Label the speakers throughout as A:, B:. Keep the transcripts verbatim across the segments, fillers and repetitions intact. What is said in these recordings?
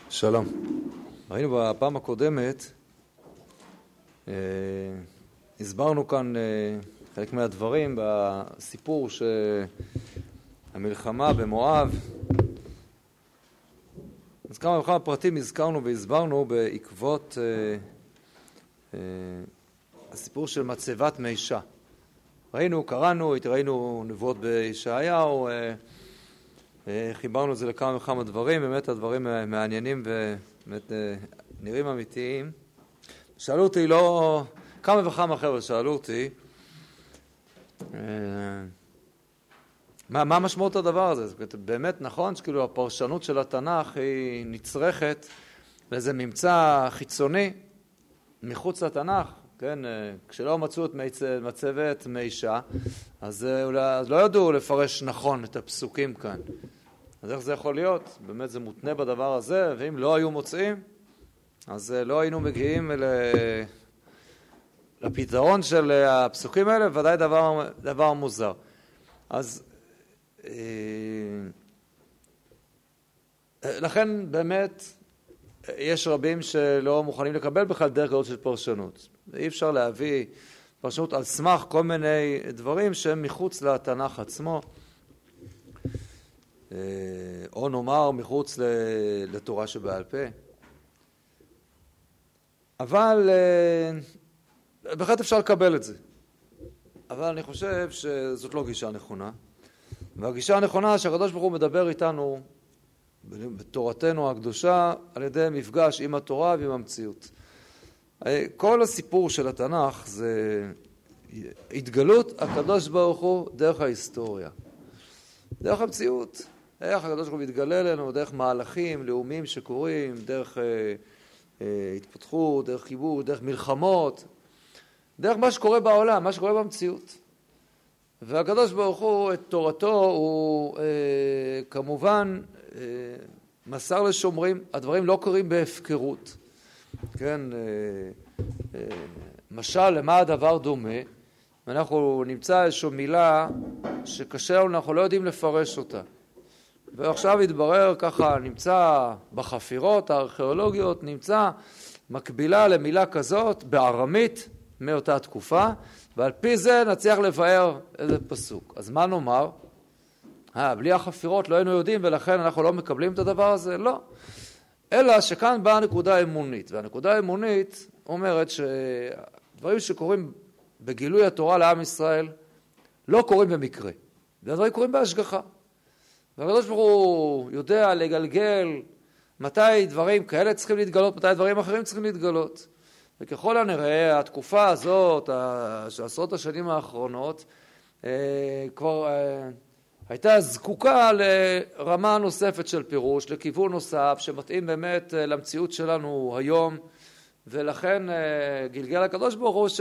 A: שלום. ראינו בפעם הקודמת, אה, הסברנו כאן אה, חלק מהדברים בסיפור שהמלחמה במואב. אז כמה וכמה פרטים הזכרנו והסברנו בעקבות אה, אה, הסיפור של מצבת מישה. ראינו, קראנו, ראינו נבואות בישעיהו, אה, חיברנו את זה לכמה וכמה דברים, באמת הדברים מעניינים ובאמת נראים אמיתיים. שאלו אותי, לא, כמה וכמה חבר'ה שאלו אותי, מה, מה משמעות הדבר הזה? באמת נכון שכאילו הפרשנות של התנ"ך היא נצרכת לאיזה ממצא חיצוני מחוץ לתנ"ך, כן? כשלא מצאו את מצבת מישה, אז, אז לא ידעו לפרש נכון את הפסוקים כאן. אז איך זה יכול להיות? באמת זה מותנה בדבר הזה, ואם לא היו מוצאים, אז לא היינו מגיעים אל... לפתרון של הפסוקים האלה, ודאי דבר, דבר מוזר. אז לכן באמת יש רבים שלא מוכנים לקבל בכלל דרך כזאת של פרשנות. אי אפשר להביא פרשנות על סמך כל מיני דברים שהם מחוץ לתנ"ך עצמו, או נאמר מחוץ לתורה שבעל פה. אבל בהחלט אפשר לקבל את זה. אבל אני חושב שזאת לא גישה נכונה. והגישה הנכונה שהקדוש ברוך הוא מדבר איתנו בתורתנו הקדושה על ידי מפגש עם התורה ועם המציאות. כל הסיפור של התנ"ך זה התגלות הקדוש ברוך הוא דרך ההיסטוריה, דרך המציאות. איך הקדוש ברוך הוא מתגלה לנו, דרך מהלכים לאומיים שקורים, דרך אה, אה, התפתחות, דרך חיבור, דרך מלחמות, דרך מה שקורה בעולם, מה שקורה במציאות. והקדוש ברוך הוא, את תורתו, הוא אה, כמובן אה, מסר לשומרים. הדברים לא קורים בהפקרות. כן, אה, אה, משל למה הדבר דומה, ואנחנו נמצא איזושהי מילה שקשה לנו, אנחנו לא יודעים לפרש אותה. ועכשיו התברר ככה, נמצא בחפירות הארכיאולוגיות, נמצא מקבילה למילה כזאת בארמית מאותה תקופה, ועל פי זה נצליח לבאר איזה פסוק. אז מה נאמר? אה, בלי החפירות לא היינו יודעים ולכן אנחנו לא מקבלים את הדבר הזה? לא. אלא שכאן באה נקודה אמונית, והנקודה האמונית אומרת שדברים שקורים בגילוי התורה לעם ישראל לא קורים במקרה, והדברים קורים בהשגחה. והקדוש ברוך הוא יודע לגלגל מתי דברים כאלה צריכים להתגלות, מתי דברים אחרים צריכים להתגלות. וככל הנראה, התקופה הזאת, של עשרות השנים האחרונות, כבר הייתה זקוקה לרמה נוספת של פירוש, לכיוון נוסף, שמתאים באמת למציאות שלנו היום, ולכן גלגל הקדוש ברוך הוא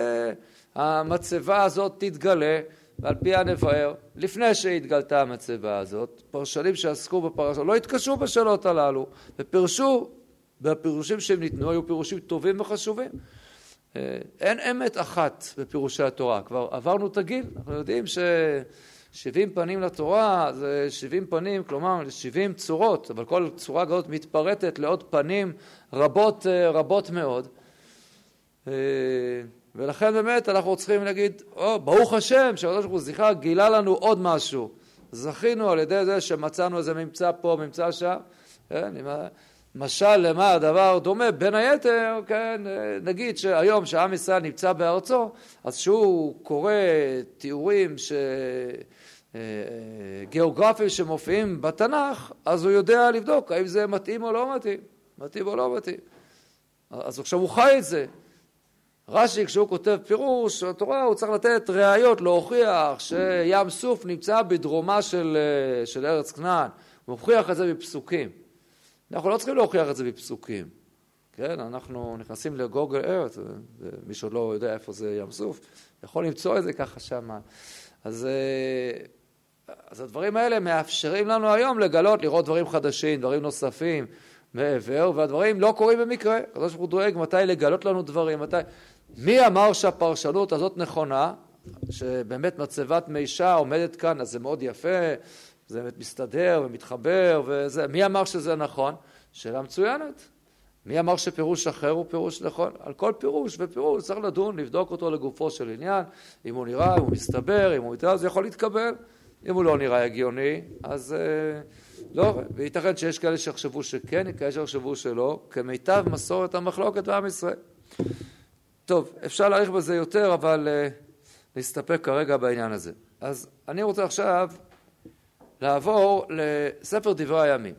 A: שהמצבה הזאת תתגלה, ועל פי הנבאר, לפני שהתגלתה המצבה הזאת, פרשנים שעסקו בפרשה, לא התקשו בשאלות הללו, ופירשו, והפירושים שהם ניתנו, היו פירושים טובים וחשובים. אין אמת אחת בפירושי התורה, כבר עברנו את הגיל, אנחנו יודעים ששבעים פנים לתורה זה שבעים פנים, כלומר שבעים צורות, אבל כל צורה כזאת מתפרטת לעוד פנים רבות, רבות מאוד. ולכן באמת אנחנו צריכים להגיד, או, ברוך השם, שהקדוש ברוך הוא זכר גילה לנו עוד משהו. זכינו על ידי זה שמצאנו איזה ממצא פה, ממצא שם. כן, משל למה הדבר דומה, בין היתר, כן, נגיד שהיום שעם ישראל נמצא בארצו, אז שהוא קורא תיאורים ש... גיאוגרפיים שמופיעים בתנ"ך, אז הוא יודע לבדוק האם זה מתאים או לא מתאים. מתאים או לא מתאים. אז עכשיו הוא חי את זה. רש"י, כשהוא כותב פירוש התורה, הוא צריך לתת ראיות להוכיח שים סוף נמצא בדרומה של, של ארץ כנען. הוא מוכיח את זה בפסוקים. אנחנו לא צריכים להוכיח את זה בפסוקים. כן, אנחנו נכנסים לגוגל ארת, מי שעוד לא יודע איפה זה ים סוף, יכול למצוא את זה ככה שם. אז, אז הדברים האלה מאפשרים לנו היום לגלות, לראות דברים חדשים, דברים נוספים מעבר, והדברים לא קורים במקרה. הקדוש ברוך הוא דואג מתי לגלות לנו דברים, מתי... מי אמר שהפרשנות הזאת נכונה, שבאמת מצבת מישה עומדת כאן, אז זה מאוד יפה, זה באמת מסתדר ומתחבר, וזה, מי אמר שזה נכון? שאלה מצוינת. מי אמר שפירוש אחר הוא פירוש נכון? על כל פירוש ופירוש צריך לדון, לבדוק אותו לגופו של עניין, אם הוא נראה, אם הוא מסתבר, אם הוא מתראה, זה יכול להתקבל. אם הוא לא נראה הגיוני, אז אה, לא, וייתכן שיש כאלה שיחשבו שכן, כאלה שיחשבו שלא, כמיטב מסורת המחלוקת בעם ישראל. טוב, אפשר להעריך בזה יותר, אבל אה, נסתפק כרגע בעניין הזה. אז אני רוצה עכשיו לעבור לספר דברי הימים.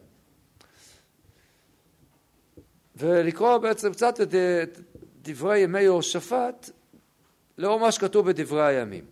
A: ולקרוא בעצם קצת את דברי ימי יהושפט, לאור מה שכתוב בדברי הימים.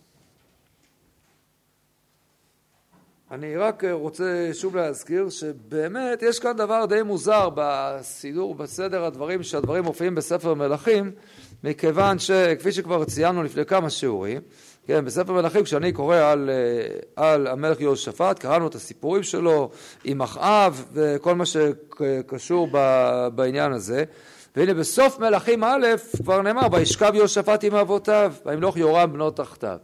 A: אני רק רוצה שוב להזכיר שבאמת יש כאן דבר די מוזר בסידור, בסדר הדברים, שהדברים מופיעים בספר מלכים, מכיוון שכפי שכבר ציינו לפני כמה שיעורים, כן, בספר מלכים כשאני קורא על, על המלך יהושפט, קראנו את הסיפורים שלו עם אחאב וכל מה שקשור בעניין הזה, והנה בסוף מלכים א' כבר נאמר, וישכב יהושפט עם אבותיו, וימלוך יורם בנו תחתיו.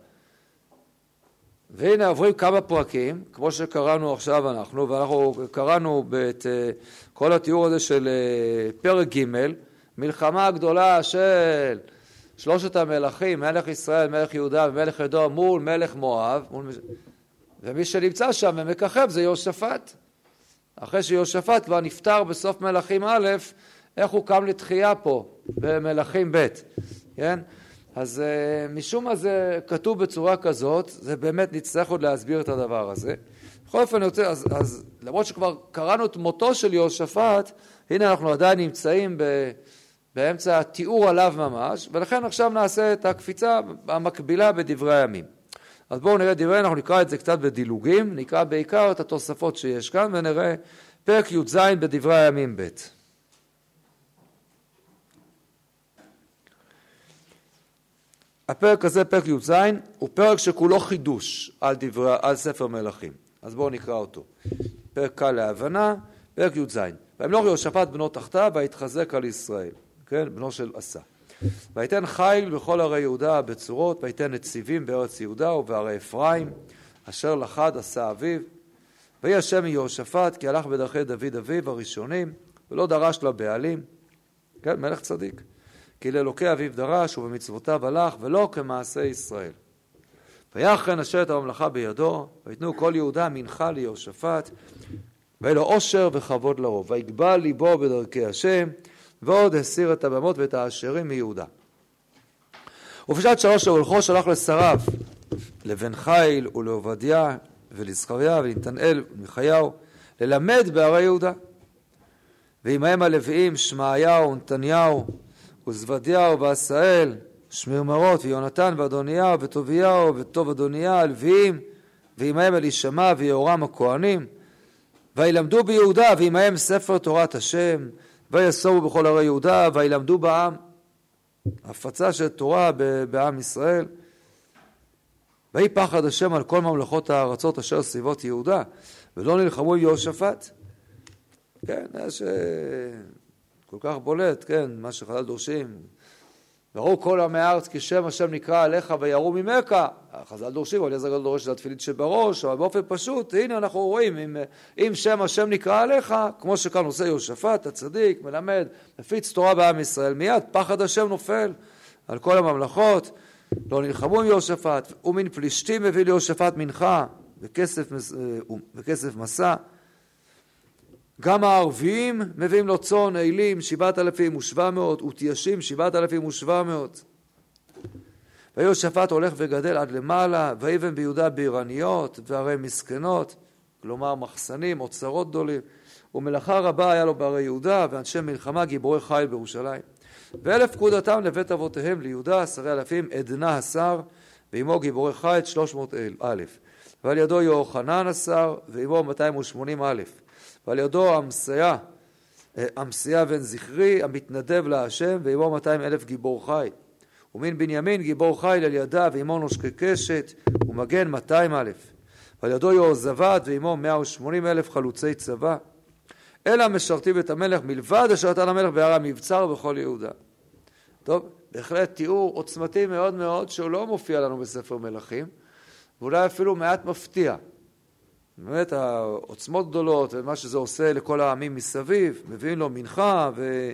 A: והנה עוברים כמה פרקים, כמו שקראנו עכשיו אנחנו, ואנחנו קראנו את כל התיאור הזה של פרק ג', מלחמה גדולה של שלושת המלכים, מלך ישראל, מלך יהודה ומלך אדום, מול מלך מואב, מול... ומי שנמצא שם ומככב זה יהושפט. אחרי שיהושפט כבר נפטר בסוף מלכים א', איך הוא קם לתחייה פה במלכים ב', כן? אז uh, משום מה זה כתוב בצורה כזאת, זה באמת נצטרך עוד להסביר את הדבר הזה. בכל אופן אני רוצה, אז, אז למרות שכבר קראנו את מותו של יהושפט, הנה אנחנו עדיין נמצאים ב, באמצע התיאור עליו ממש, ולכן עכשיו נעשה את הקפיצה המקבילה בדברי הימים. אז בואו נראה דברי, אנחנו נקרא את זה קצת בדילוגים, נקרא בעיקר את התוספות שיש כאן, ונראה פרק י"ז בדברי הימים ב'. הפרק הזה, פרק י"ז, הוא פרק שכולו חידוש על, דבר, על ספר מלכים. אז בואו נקרא אותו. פרק קל להבנה, פרק י"ז. וימלוך יהושפט בנו תחתיו, ויתחזק על ישראל. כן, בנו של עשה. ויתן חיל בכל ערי יהודה בצורות, ויתן נציבים בארץ יהודה ובערי אפרים, אשר לחד עשה אביו. ויהי השם מיהושפט, כי הלך בדרכי דוד אביו הראשונים, ולא דרש לבעלים. כן, מלך צדיק. כי לאלוקי אביו דרש ובמצוותיו הלך, ולא כמעשה ישראל. ויחן אשר את הממלכה בידו, ויתנו כל יהודה מנחה ליהושפט, ויהיה לו עושר וכבוד לרוב. ויגבל ליבו בדרכי השם, ועוד הסיר את הבמות ואת העשירים מיהודה. ובשעת שלוש הולכו שלח לשריו, לבן חיל ולעובדיה ולזכריה ולנתנאל ומיכיהו, ללמד בערי יהודה. ועמהם הלוויים שמעיהו ונתניהו, וזבדיהו ועשאל, שמירמרות ויונתן ואדוניהו וטוביהו וטוב אדוניה הלוויים, ועמהם אלישמע ויהורם הכהנים, וילמדו ביהודה, ועמהם ספר תורת השם, ויסובו בכל ערי יהודה, וילמדו בעם. הפצה של תורה בעם ישראל. ויהי פחד השם על כל ממלכות הארצות אשר סביבות יהודה, ולא נלחמו עם יהושפט. כן, יש כל כך בולט, כן, מה שחז"ל דורשים. וראו כל עמי הארץ כי שם השם נקרא עליך ויראו ממך. חז"ל דורשים, אבל אליעזר הגדול דורש את התפילין שבראש, אבל באופן פשוט, הנה אנחנו רואים, אם, אם שם השם נקרא עליך, כמו שכאן עושה יהושפט, הצדיק, מלמד, מפיץ תורה בעם ישראל, מיד פחד השם נופל על כל הממלכות, לא נלחמו עם יהושפט, ומן פלישתים מביא ליהושפט מנחה, וכסף, וכסף מסע, גם הערביים מביאים לו צאן, אילים, שבעת אלפים ושבע מאות, ותיישים, שבעת אלפים ושבע מאות. ויהושפט הולך וגדל עד למעלה, ויבן ביהודה בירניות, וערי מסכנות, כלומר מחסנים, אוצרות גדולים, ומלאכה רבה היה לו בערי יהודה, ואנשי מלחמה גיבורי חיל בירושלים. ואלף פקודתם לבית אבותיהם ליהודה, עשרי אלפים, עדנה השר, ועמו גיבורי חיל שלוש מאות אלף. ועל ידו יוחנן השר, ועמו מאתיים ושמונים אלף. ועל ידו אמסיה, אמסיה בן זכרי, המתנדב להשם, ועמו מאתיים אלף גיבור חיל. ומן בנימין גיבור חיל על ידה, ועמו נושקי קשת, ומגן מאתיים אלף. ועל ידו יהוזבד, ועמו מאה ושמונים אלף חלוצי צבא. אלה משרתים את המלך מלבד אשר נתן המלך בהר המבצר בכל יהודה. טוב, בהחלט תיאור עוצמתי מאוד מאוד, שהוא לא מופיע לנו בספר מלכים, ואולי אפילו מעט מפתיע. באמת העוצמות גדולות ומה שזה עושה לכל העמים מסביב, מביאים לו מנחה,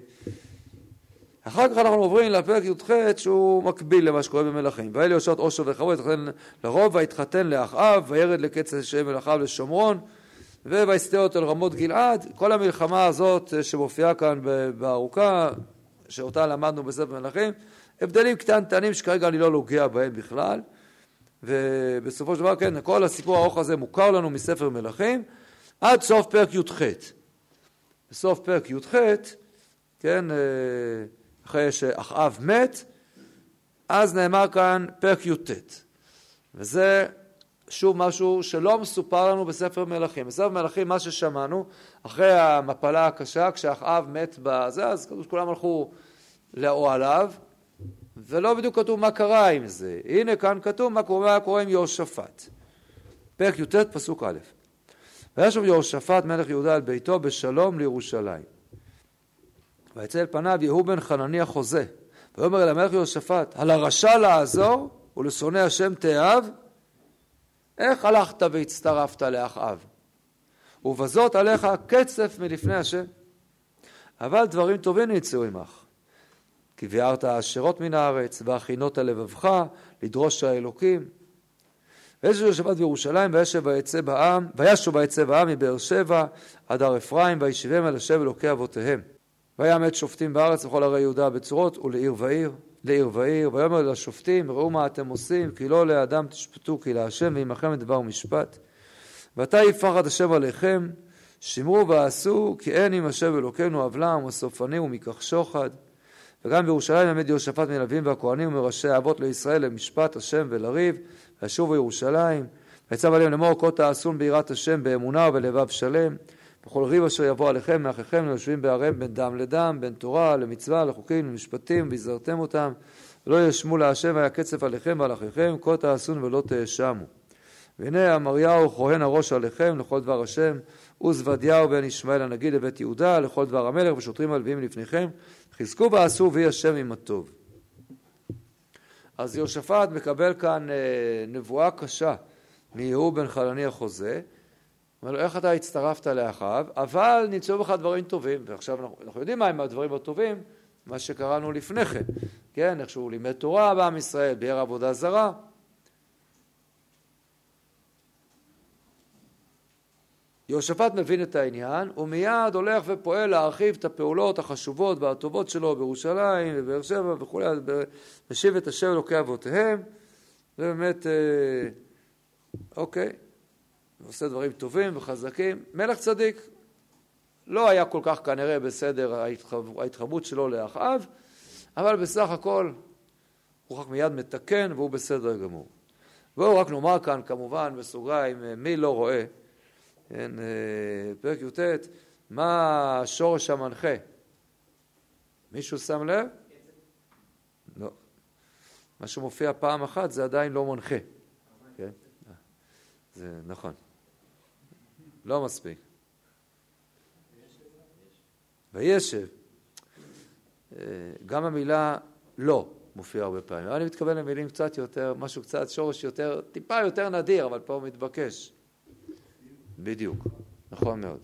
A: ואחר כך אנחנו עוברים לפרק י"ח שהוא מקביל למה שקורה במלכים. ואלי יושעת עושו וחרו יתחתן לרוב והתחתן לאחאב וירד לקץ שם מלאכיו לשומרון ויסתה אותו אל רמות גלעד. כל המלחמה הזאת שמופיעה כאן בארוכה שאותה למדנו בספר מלכים, הבדלים קטנטנים שכרגע אני לא לוגע בהם בכלל, ובסופו של דבר כן, כל הסיפור הארוך הזה מוכר לנו מספר מלכים עד סוף פרק י"ח. בסוף פרק י"ח, כן, אחרי שאחאב מת, אז נאמר כאן פרק י"ט, וזה שוב משהו שלא מסופר לנו בספר מלכים. בספר מלכים מה ששמענו אחרי המפלה הקשה, כשאחאב מת בזה, אז כולם הלכו לאוהליו, ולא בדיוק כתוב מה קרה עם זה. הנה כאן כתוב מה קורה, מה קורה עם יהושפט. פרק י"ט פסוק א'. וישוב יהושפט מלך יהודה על ביתו בשלום לירושלים. ויצא אל פניו יהוא בן חנניה חוזה. ויאמר אל המלך יהושפט, על הרשע לעזור ולשונא השם תאהב? איך הלכת והצטרפת לאחאב? ובזאת עליך קצף מלפני השם. אבל דברים טובים יצאו עמך. כי ביארת העשירות מן הארץ, והכינות לבבך, לדרוש האלוקים. וישב יהושפט בירושלים, וישב ויצא בעם, וישוב ויצא בעם מבאר שבע, עד הר אפרים, וישבם אל השם אלוקי אבותיהם. ויעמד שופטים בארץ וכל ערי יהודה בצורות, ולעיר ועיר, לעיר ועיר, ויאמר לשופטים, ראו מה אתם עושים, כי לא לאדם תשפטו, כי להשם, ועמכם דבר משפט. ועתה יפחד השם עליכם, שמרו ועשו, כי אין עם השם אלוקינו עוולה, ומסופני ומיקח שוחד. וגם בירושלים עמד יהושפט מלווים והכהנים ומראשי האבות לישראל למשפט השם ולריב, וישובו ירושלים, ויצב עליהם לאמור כה תעשון ביראת השם באמונה ובלבב שלם, בכל ריב אשר יבוא עליכם מאחיכם ליושבים בעריהם בין דם לדם, בין תורה למצווה, לחוקים למשפטים, והזהרתם אותם, ולא ישמו להשם והיה קצף עליכם ועל אחיכם, כה תעשון ולא תאשמו. והנה אמריהו כהן הראש עליכם לכל דבר השם, וזבדיהו בן ישמעאל הנגיד לבית יהודה לכל דבר המלך ושוטרים הלוויים לפניכם, חזקו ועשו ויהי השם עם הטוב. אז יהושפט מקבל כאן אה, נבואה קשה מיהוא בן חנניה חוזה, אומר לו איך אתה הצטרפת לאחאב, אבל נמצאו בך דברים טובים, ועכשיו אנחנו, אנחנו יודעים מה הם הדברים הטובים, מה שקראנו לפני כן, כן, איך שהוא לימד תורה בעם ישראל, ביאר עבודה זרה. יהושפט מבין את העניין, ומיד הולך ופועל להרחיב את הפעולות החשובות והטובות שלו בירושלים ובאר שבע וכו', משיב את השם אלוקי אבותיהם, ובאמת, אוקיי, עושה דברים טובים וחזקים. מלך צדיק לא היה כל כך כנראה בסדר ההתחברות שלו לאחאב, אבל בסך הכל הוא רק מיד מתקן והוא בסדר גמור. והוא רק נאמר כאן כמובן בסוגריים, מי לא רואה, כן, פרק י"ט, מה השורש המנחה? מישהו שם לב? לא. מה שמופיע פעם אחת זה עדיין לא מנחה. כן? זה נכון. לא מספיק. וישב. גם המילה לא מופיעה הרבה פעמים. אני מתכוון למילים קצת יותר, משהו קצת שורש יותר, טיפה יותר נדיר, אבל פה הוא מתבקש. בדיוק, נכון מאוד.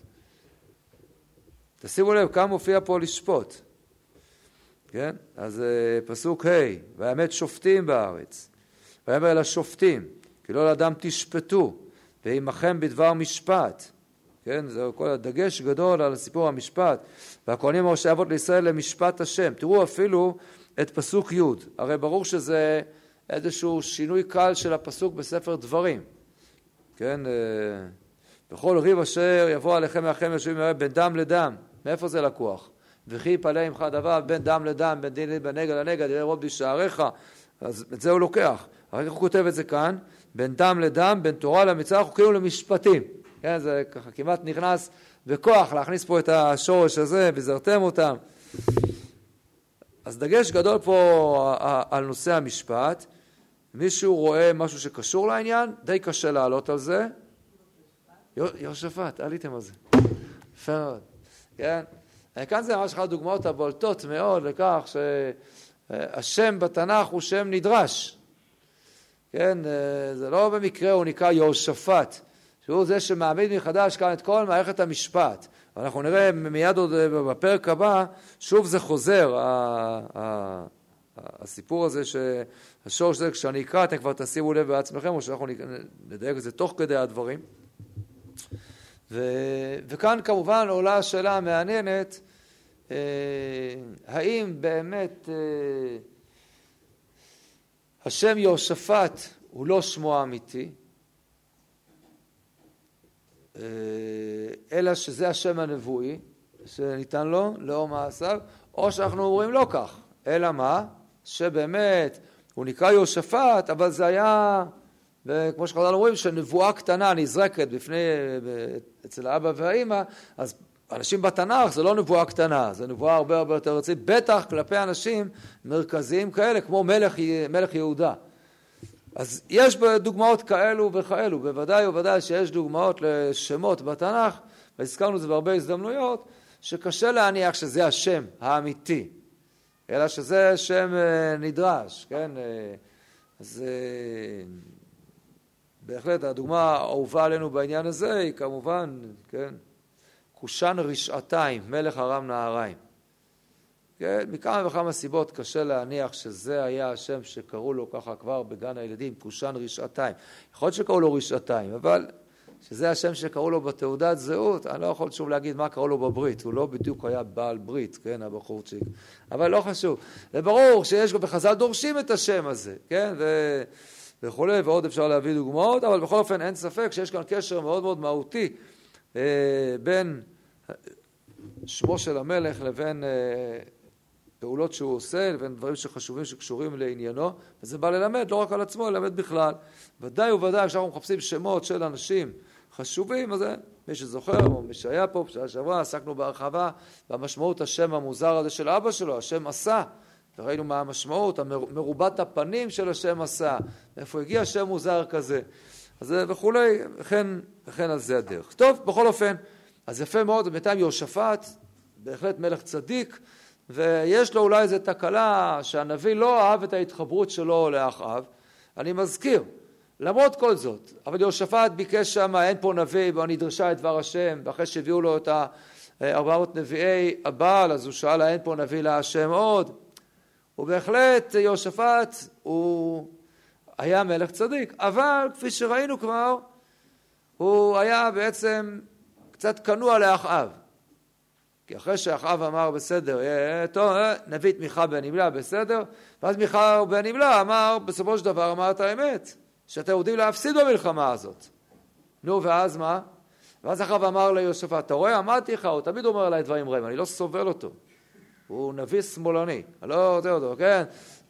A: תשימו לב, כמה מופיע פה לשפוט. כן? אז פסוק ה' ויעמד שופטים בארץ. ויאמר אל השופטים, כי לא לאדם תשפטו, ועמכם בדבר משפט. כן? זה כל הדגש גדול על סיפור המשפט. והכהנים וראשי אבות לישראל למשפט השם. תראו אפילו את פסוק י'. הרי ברור שזה איזשהו שינוי קל של הפסוק בספר דברים. כן? בכל ריב אשר יבוא עליכם מאחיכם יושבים בין דם לדם. מאיפה זה לקוח? וכי יפלא עמך דבר בין דם לדם, בין דין בין נגע לנגע, דין רוב בשעריך. אז את זה הוא לוקח. אחר כך הוא כותב את זה כאן, בין דם לדם, בין תורה למצווה, חוקים למשפטים. כן, זה ככה כמעט נכנס בכוח להכניס פה את השורש הזה, וזרתם אותם. אז דגש גדול פה על נושא המשפט. מישהו רואה משהו שקשור לעניין, די קשה לעלות על זה. יהושפט, עליתם על זה. יפה מאוד. כן? כאן זה ממש אחת הדוגמאות הבולטות מאוד לכך שהשם בתנ"ך הוא שם נדרש. כן? זה לא במקרה הוא נקרא יהושפט, שהוא זה שמעמיד מחדש כאן את כל מערכת המשפט. אנחנו נראה מיד עוד בפרק הבא, שוב זה חוזר, הסיפור הזה שהשורש זה, כשאני אקרא, אתם כבר תשימו לב בעצמכם, או שאנחנו נדייק את זה תוך כדי הדברים. ו, וכאן כמובן עולה השאלה המעניינת, האם באמת השם יהושפט הוא לא שמו האמיתי, אלא שזה השם הנבואי שניתן לו, לאור מעשיו, או שאנחנו אומרים לא כך, אלא מה? שבאמת הוא נקרא יהושפט, אבל זה היה, וכמו שחז"ל אומרים, שנבואה קטנה נזרקת בפני, אצל האבא והאמא, אז אנשים בתנ"ך זה לא נבואה קטנה, זה נבואה הרבה הרבה יותר רצינית, בטח כלפי אנשים מרכזיים כאלה, כמו מלך, מלך יהודה. אז יש דוגמאות כאלו וכאלו, בוודאי ובוודאי שיש דוגמאות לשמות בתנ"ך, והזכרנו את זה בהרבה הזדמנויות, שקשה להניח שזה השם האמיתי, אלא שזה שם נדרש, כן? אז בהחלט הדוגמה האהובה עלינו בעניין הזה היא כמובן, כן? קושן רשעתיים, מלך ארם נהריים. כן? מכמה וכמה סיבות קשה להניח שזה היה השם שקראו לו ככה כבר בגן הילדים, קושן רשעתיים. יכול להיות שקראו לו רשעתיים, אבל שזה השם שקראו לו בתעודת זהות, אני לא יכול שוב להגיד מה קראו לו בברית, הוא לא בדיוק היה בעל ברית, כן, הבחורצ'יק, אבל לא חשוב. זה ברור שיש בחז"ל דורשים את השם הזה, כן, ו... וכו', ועוד אפשר להביא דוגמאות, אבל בכל אופן אין ספק שיש כאן קשר מאוד מאוד מהותי אה, בין שמו של המלך לבין אה, פעולות שהוא עושה, לבין דברים שחשובים שקשורים לעניינו, וזה בא ללמד לא רק על עצמו, ללמד בכלל. ודאי וודאי, כשאנחנו מחפשים שמות של אנשים חשובים, אז מי שזוכר, או מי שהיה פה, בשעה שעברה, עסקנו בהרחבה, במשמעות השם המוזר הזה של אבא שלו, השם עשה, וראינו מה המשמעות, מרובת הפנים של השם עשה, מאיפה הגיע שם מוזר כזה, אז וכולי, וכן, וכן על זה הדרך. טוב, בכל אופן, אז יפה מאוד, בינתיים יהושפט, בהחלט מלך צדיק, ויש לו אולי איזו תקלה שהנביא לא אהב את ההתחברות שלו לאחאב. אני מזכיר, למרות כל זאת, אבל יהושפט ביקש שם, אין פה נביא, בוא נדרשה את דבר השם, ואחרי שהביאו לו את ארבע מאות נביאי הבעל, אז הוא שאל, אין פה נביא להשם עוד? ובהחלט יהושפט הוא היה מלך צדיק, אבל כפי שראינו כבר, הוא היה בעצם קצת כנוע לאחאב. כי אחרי שאחאב אמר בסדר, טוב, נביא תמיכה בן נמלה, בסדר, ואז מיכה בן נמלה אמר, בסופו של דבר אמר את האמת, שאתם יודעים להפסיד במלחמה הזאת. נו, ואז מה? ואז אחאב אמר ליהושפט, אתה רואה, אמרתי לך, הוא תמיד אומר עליי דברים רעים, אני לא סובל אותו. הוא נביא שמאלני, אני לא יודע אותו, כן?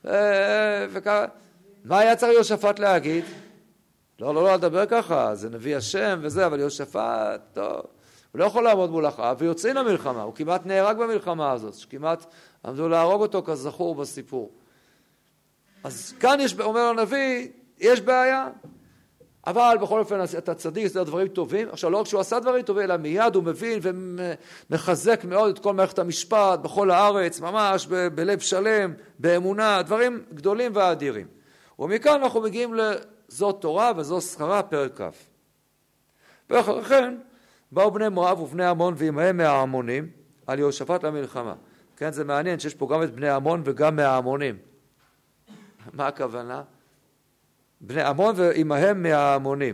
A: מה היה צריך יהושפט להגיד? לא, לא, לא, לדבר ככה, זה נביא השם וזה, אבל יהושפט, טוב. הוא לא יכול לעמוד מול אחאב, ויוצאים למלחמה, הוא כמעט נהרג במלחמה הזאת, שכמעט עמדו להרוג אותו כזכור בסיפור. אז כאן יש, אומר הנביא, יש בעיה, אבל בכל אופן אתה צדיק, זה דברים טובים. עכשיו לא רק שהוא עשה דברים טובים, אלא מיד הוא מבין ומחזק מאוד את כל מערכת המשפט בכל הארץ, ממש ב- בלב שלם, באמונה, דברים גדולים ואדירים. ומכאן אנחנו מגיעים לזאת תורה וזו שכרה, פרק כ'. ואחרי כן, באו בני מואב ובני עמון ועמהם מהעמונים על יהושפט למלחמה. כן, זה מעניין שיש פה גם את בני עמון וגם מהעמונים. מה הכוונה? בני עמון ועמהם מהעמונים.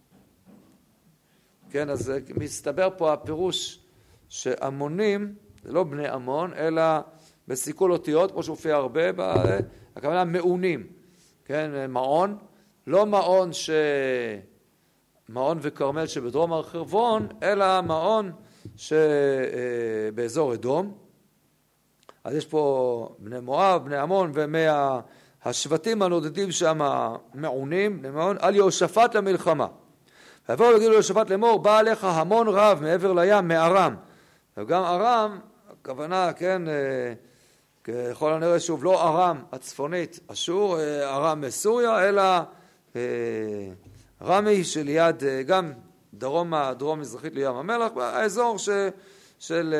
A: כן, אז מסתבר פה הפירוש שעמונים זה לא בני עמון, אלא בסיכול אותיות, כמו שהופיע הרבה, הכוונה מעונים. כן, מעון, לא מעון ש... מעון וכרמל שבדרום הר חרבון, אלא מעון שבאזור אדום. אז יש פה בני מואב, בני עמון, ומהשבטים הנודדים שם מעונים, בני מעון, על יהושפט למלחמה. ויבואו ויגידו ליהושפט לאמור, בא עליך המון רב מעבר לים, מארם. וגם ארם, הכוונה, כן, ככל הנראה שוב, לא ארם הצפונית, אשור, ארם מסוריה, אלא... רמי שליד, גם דרום, דרום מזרחית לים המלח, האזור ש, של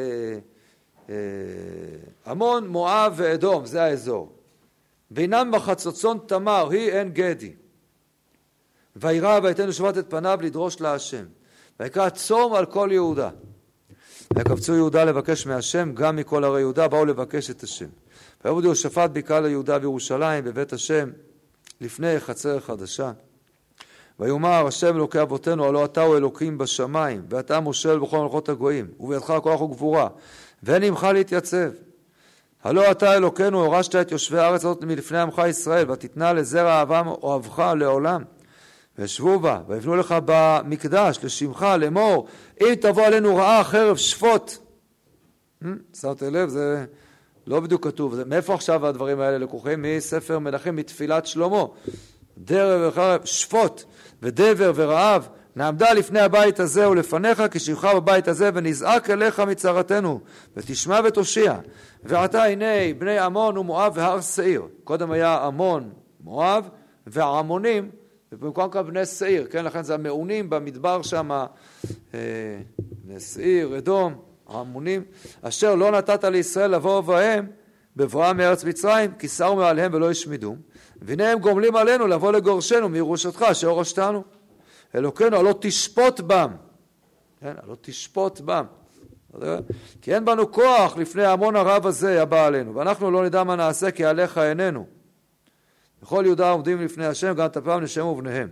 A: עמון, מואב ואדום, זה האזור. בינם בחצוצון תמר, היא אין גדי. וירא ויתן שבת את פניו לדרוש להשם. ויקרא צום על כל יהודה. ויקבצו יהודה לבקש מהשם, גם מכל ערי יהודה באו לבקש את השם. ויעמוד יהושפט בקהל יהודה בירושלים בבית השם לפני חצר חדשה. ויאמר השם אלוקי אבותינו, הלא אתה הוא אלוקים בשמיים, ואתה מושל בכל מלכות הגויים, ובידך כוח וגבורה, ואין עמך להתייצב. הלא אתה אלוקינו, הורשת את יושבי הארץ הזאת מלפני עמך ישראל, ותתנה לזרע אברהם אוהבך לעולם. וישבו בה, ויבנו לך במקדש, לשמך, לאמור, אם תבוא עלינו רעה חרב שפוט. שמת לב, זה לא בדיוק כתוב. זה, מאיפה עכשיו הדברים האלה לקוחים? מספר מלכים, מתפילת שלמה. דרב וחרב, שפוט, ודבר ורעב, נעמדה לפני הבית הזה ולפניך, כשבך בבית הזה, ונזעק אליך מצרתנו, ותשמע ותושיע. ועתה הנה בני עמון ומואב והר שעיר. קודם היה עמון, מואב, והעמונים, ובמקום כאן בני שעיר, כן? לכן זה המעונים במדבר שם, אה, בני שעיר, אדום, העמונים, אשר לא נתת לישראל לבוא בהם, בבואם מארץ מצרים, כי סרו מעליהם ולא ישמידום, והנה הם גומלים עלינו לבוא לגורשנו מירושתך, אשר הורשתנו. אלוקינו, הלא תשפוט בם, כן? הלא תשפוט בם, כי אין בנו כוח לפני המון הרב הזה הבא עלינו, ואנחנו לא נדע מה נעשה, כי עליך איננו. בכל יהודה עומדים לפני השם, גם תפם נשם ובניהם.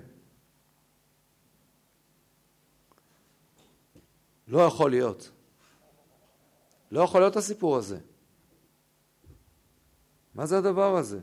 A: לא יכול להיות. לא יכול להיות הסיפור הזה. מה זה הדבר הזה?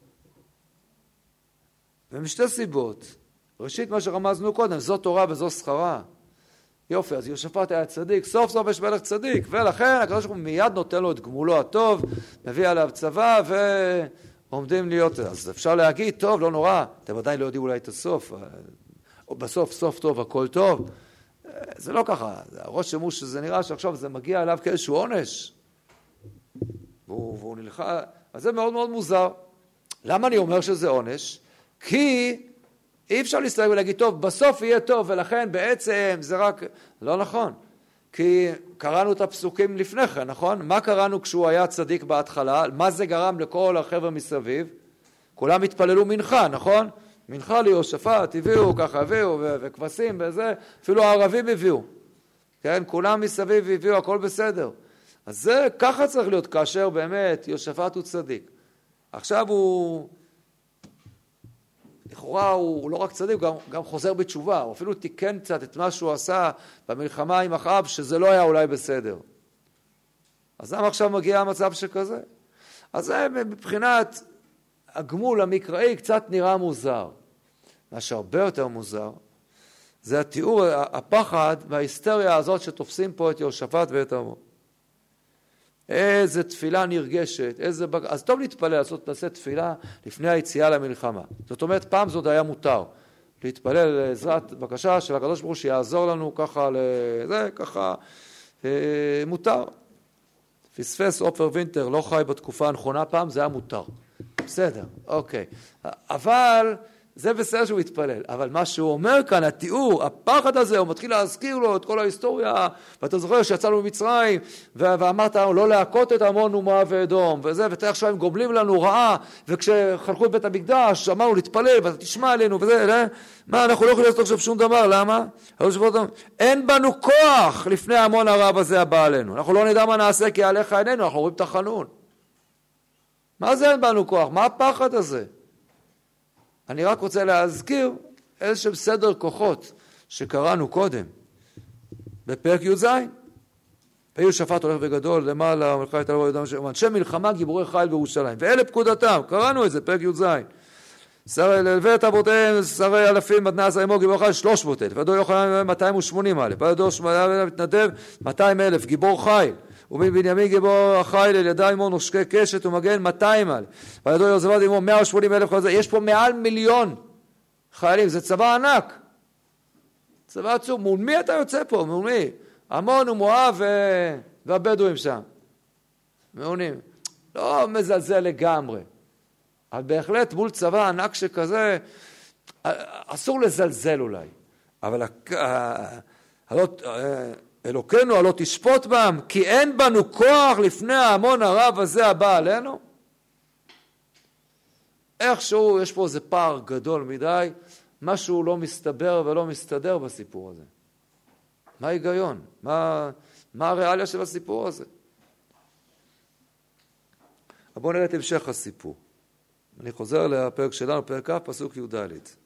A: ומשתי סיבות. ראשית, מה שרמזנו קודם, זו תורה וזו שכרה. יופי, אז יהושפט היה צדיק, סוף סוף יש מלך צדיק, ולכן הקדוש ברוך הוא מיד נותן לו את גמולו הטוב, מביא עליו צבא ועומדים להיות, אז אפשר להגיד, טוב, לא נורא, אתם עדיין לא יודעים אולי את הסוף, או בסוף, סוף טוב, הכל טוב. זה לא ככה, הראש שמוש שזה נראה שעכשיו זה מגיע אליו כאיזשהו עונש, והוא, והוא נלכה, אז זה מאוד מאוד מוזר. למה אני אומר שזה עונש? כי אי אפשר להסתכל ולהגיד, טוב, בסוף יהיה טוב, ולכן בעצם זה רק, לא נכון. כי קראנו את הפסוקים לפני כן, נכון? מה קראנו כשהוא היה צדיק בהתחלה? מה זה גרם לכל החבר'ה מסביב? כולם התפללו מנחה, נכון? מנחה ליהושפט, הביאו, ככה הביאו, וכבשים וזה, אפילו הערבים הביאו. כן? כולם מסביב הביאו, הכל בסדר. אז זה, ככה צריך להיות כאשר באמת יהושפט הוא צדיק. עכשיו הוא, לכאורה הוא, הוא לא רק צדיק, הוא גם, גם חוזר בתשובה, הוא אפילו תיקן קצת את מה שהוא עשה במלחמה עם אחאב, שזה לא היה אולי בסדר. אז למה עכשיו מגיע המצב שכזה? אז זה מבחינת הגמול המקראי קצת נראה מוזר. מה שהרבה יותר מוזר, זה התיאור, הפחד וההיסטריה הזאת שתופסים פה את יהושפט ואת עמו. איזה תפילה נרגשת, איזה בג... אז טוב להתפלל, לעשות, לעשות תפילה לפני היציאה למלחמה. זאת אומרת, פעם זאת היה מותר. להתפלל לעזרת בקשה של הקדוש ברוך הוא שיעזור לנו ככה, לזה, ככה, אה, מותר. פספס אופר וינטר, לא חי בתקופה הנכונה פעם, זה היה מותר. בסדר, אוקיי. אבל זה בסדר שהוא יתפלל. אבל מה שהוא אומר כאן, התיאור, הפחד הזה, הוא מתחיל להזכיר לו את כל ההיסטוריה, ואתה זוכר שיצאנו ממצרים, ואמרת לא להכות את עמון ומואב ואדום, וזה, ותראה עכשיו הם גומלים לנו רעה, וכשחנכו את בית המקדש, אמרנו להתפלל, ואתה תשמע עלינו, וזה, לא? מה, אנחנו לא יכולים לעשות עכשיו שום דבר, למה? אין בנו כוח לפני המון הרב הזה הבא עלינו. אנחנו לא נדע מה נעשה, כי עליך איננו, אנחנו רואים תחנון. מה זה אין בנו כוח? מה הפחד הזה? אני רק רוצה להזכיר איזשהו סדר כוחות שקראנו קודם. בפרק י"ז, יהושפט הולך וגדול, למעלה, מלכה הייתה לבוא ידם שם, אנשי מלחמה גיבורי חיל בירושלים, ואלה פקודתם, קראנו את זה, פרק י"ז. ואת אבותיהם, שרי אלפים, מתנ"ס, עמו גיבור חיל, שלוש מאות אלף, וידו יוחנן מאתיים ושמונים אלף, וידו מתנדב מאתיים אלף, גיבור חיל. ובבנימין גיבור החיל אל ידיים עמו נושקי קשת ומגן מאתיים אלף, וידו יוזבד עמו מאה ושמונים אלף, יש פה מעל מיליון חיילים, זה צבא ענק, צבא עצום. מול מי אתה יוצא פה? מול מי? עמון ומואב ו... והבדואים שם, מעונים. לא מזלזל לגמרי, אבל בהחלט מול צבא ענק שכזה אסור לזלזל אולי, אבל הלא אלוקינו הלא תשפוט בם, כי אין בנו כוח לפני ההמון הרב הזה הבא עלינו. איכשהו יש פה איזה פער גדול מדי, משהו לא מסתבר ולא מסתדר בסיפור הזה. מה ההיגיון? מה, מה הריאליה של הסיפור הזה? בואו נראה את המשך הסיפור. אני חוזר לפרק שלנו, פרק כ', פסוק י"ד.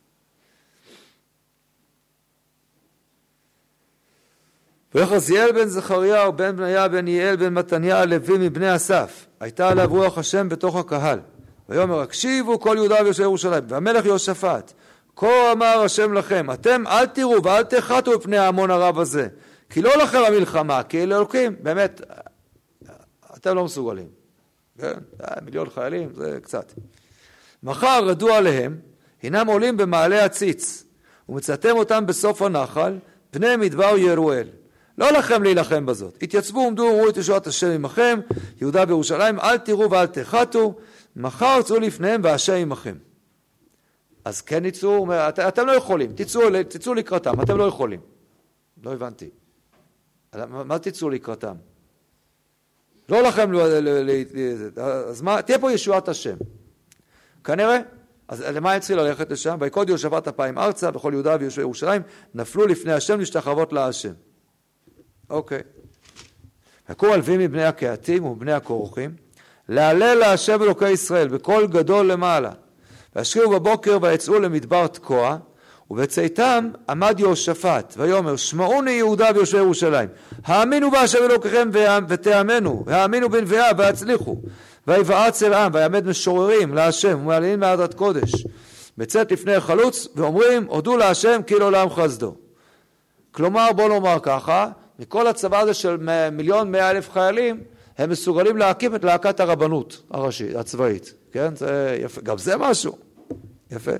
A: ויחזיאל בן זכריה ובן בניה בן יעל בן מתניה הלוי מבני אסף. הייתה עליו רוח השם בתוך הקהל. ויאמר הקשיבו כל יהודה ויושבי ירושלים. והמלך יהושפט, כה אמר השם לכם, אתם אל תראו ואל תחתו בפני ההמון הרב הזה, כי לא לכם המלחמה, כי אלה אלוקים. באמת, אתם לא מסוגלים. כן? מיליון חיילים, זה קצת. מחר רדו עליהם, הינם עולים במעלה הציץ, ומצאתם אותם בסוף הנחל, פני מדבר ירואל. לא לכם להילחם בזאת. התייצבו, עמדו, וראו את ישועת השם עמכם, יהודה בירושלים, אל תראו ואל תחתו, מחר צאו לפניהם והשם עמכם. אז כן יצאו, את, אתם לא יכולים, תצאו, תצאו לקראתם, אתם לא יכולים. לא הבנתי. מה תצאו לקראתם? לא לכם, אז מה, תהיה פה ישועת השם. כנראה, אז למה הם צריכים ללכת לשם? ויקוד יהושפט אפיים ארצה, וכל יהודה ויושבי ירושלים נפלו לפני השם להשתחוות להשם. אוקיי. יקום הלווים מבני הקהתים ובני הכורחים, להלל להשם אלוקי ישראל בקול גדול למעלה. והשקיעו בבוקר ויצאו למדבר תקוע, ובצאתם עמד יהושפט, ויאמר שמעוני יהודה ויושבי ירושלים, האמינו בהשם אלוקיכם ותאמנו, והאמינו בנביאה והצליחו. ויבעץ אל עם, ויעמד משוררים להשם, ומעללים מעדת קודש, בצאת לפני החלוץ, ואומרים, הודו להשם כי לעולם חסדו. כלומר, בוא נאמר ככה, מכל הצבא הזה של מיליון מאה אלף חיילים, הם מסוגלים להקים את להקת הרבנות הראשית, הצבאית. כן? זה יפה. גם זה משהו. יפה.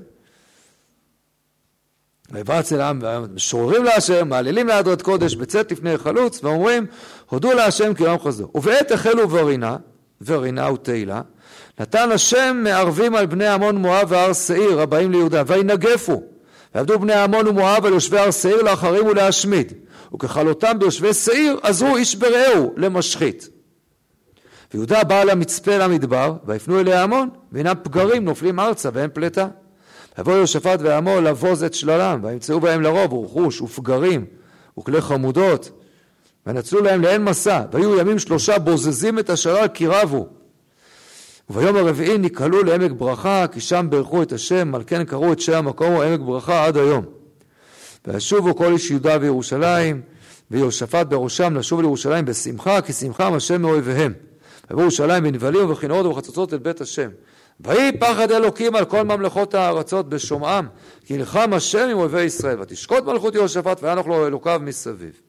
A: ויבעץ אל עם, משוררים להשם, מעללים מעדת קודש, בצאת לפני החלוץ, ואומרים, הודו להשם כי לעולם חסדו. ובעת החלו ורינה, ורינה ותהילה, נתן השם מערבים על בני עמון מואב והר שעיר הבאים ליהודה, וינגפו, ועבדו בני עמון ומואב על יושבי הר שעיר לאחרים ולהשמיד, וככלותם ביושבי שעיר עזרו איש ברעהו למשחית. ויהודה בא למצפה למדבר, ויפנו אלי עמון, והנם פגרים נופלים ארצה ואין פלטה. ויבוא יהושפט ועמו לבוז את שללם, וימצאו בהם לרוב ורכוש ופגרים וכלי חמודות, ונצלו להם לאין מסע, והיו ימים שלושה בוזזים את השלל כי רבו. וביום הרביעי נקהלו לעמק ברכה, כי שם ברכו את השם, על כן קראו את שם המקום הוא עמק ברכה עד היום. וישובו כל איש יהודה וירושלים, ויהושפט בראשם לשוב לירושלים בשמחה, כי שמחם השם מאויביהם. ויבואו ירושלים בנבלים ובכנרות ובחצוצות אל בית השם. ויהי פחד אלוקים על כל ממלכות הארצות בשומעם, כי נלחם השם עם אויבי ישראל, ותשקוט מלכות יהושפט וינוח לו אלוקיו מסביב.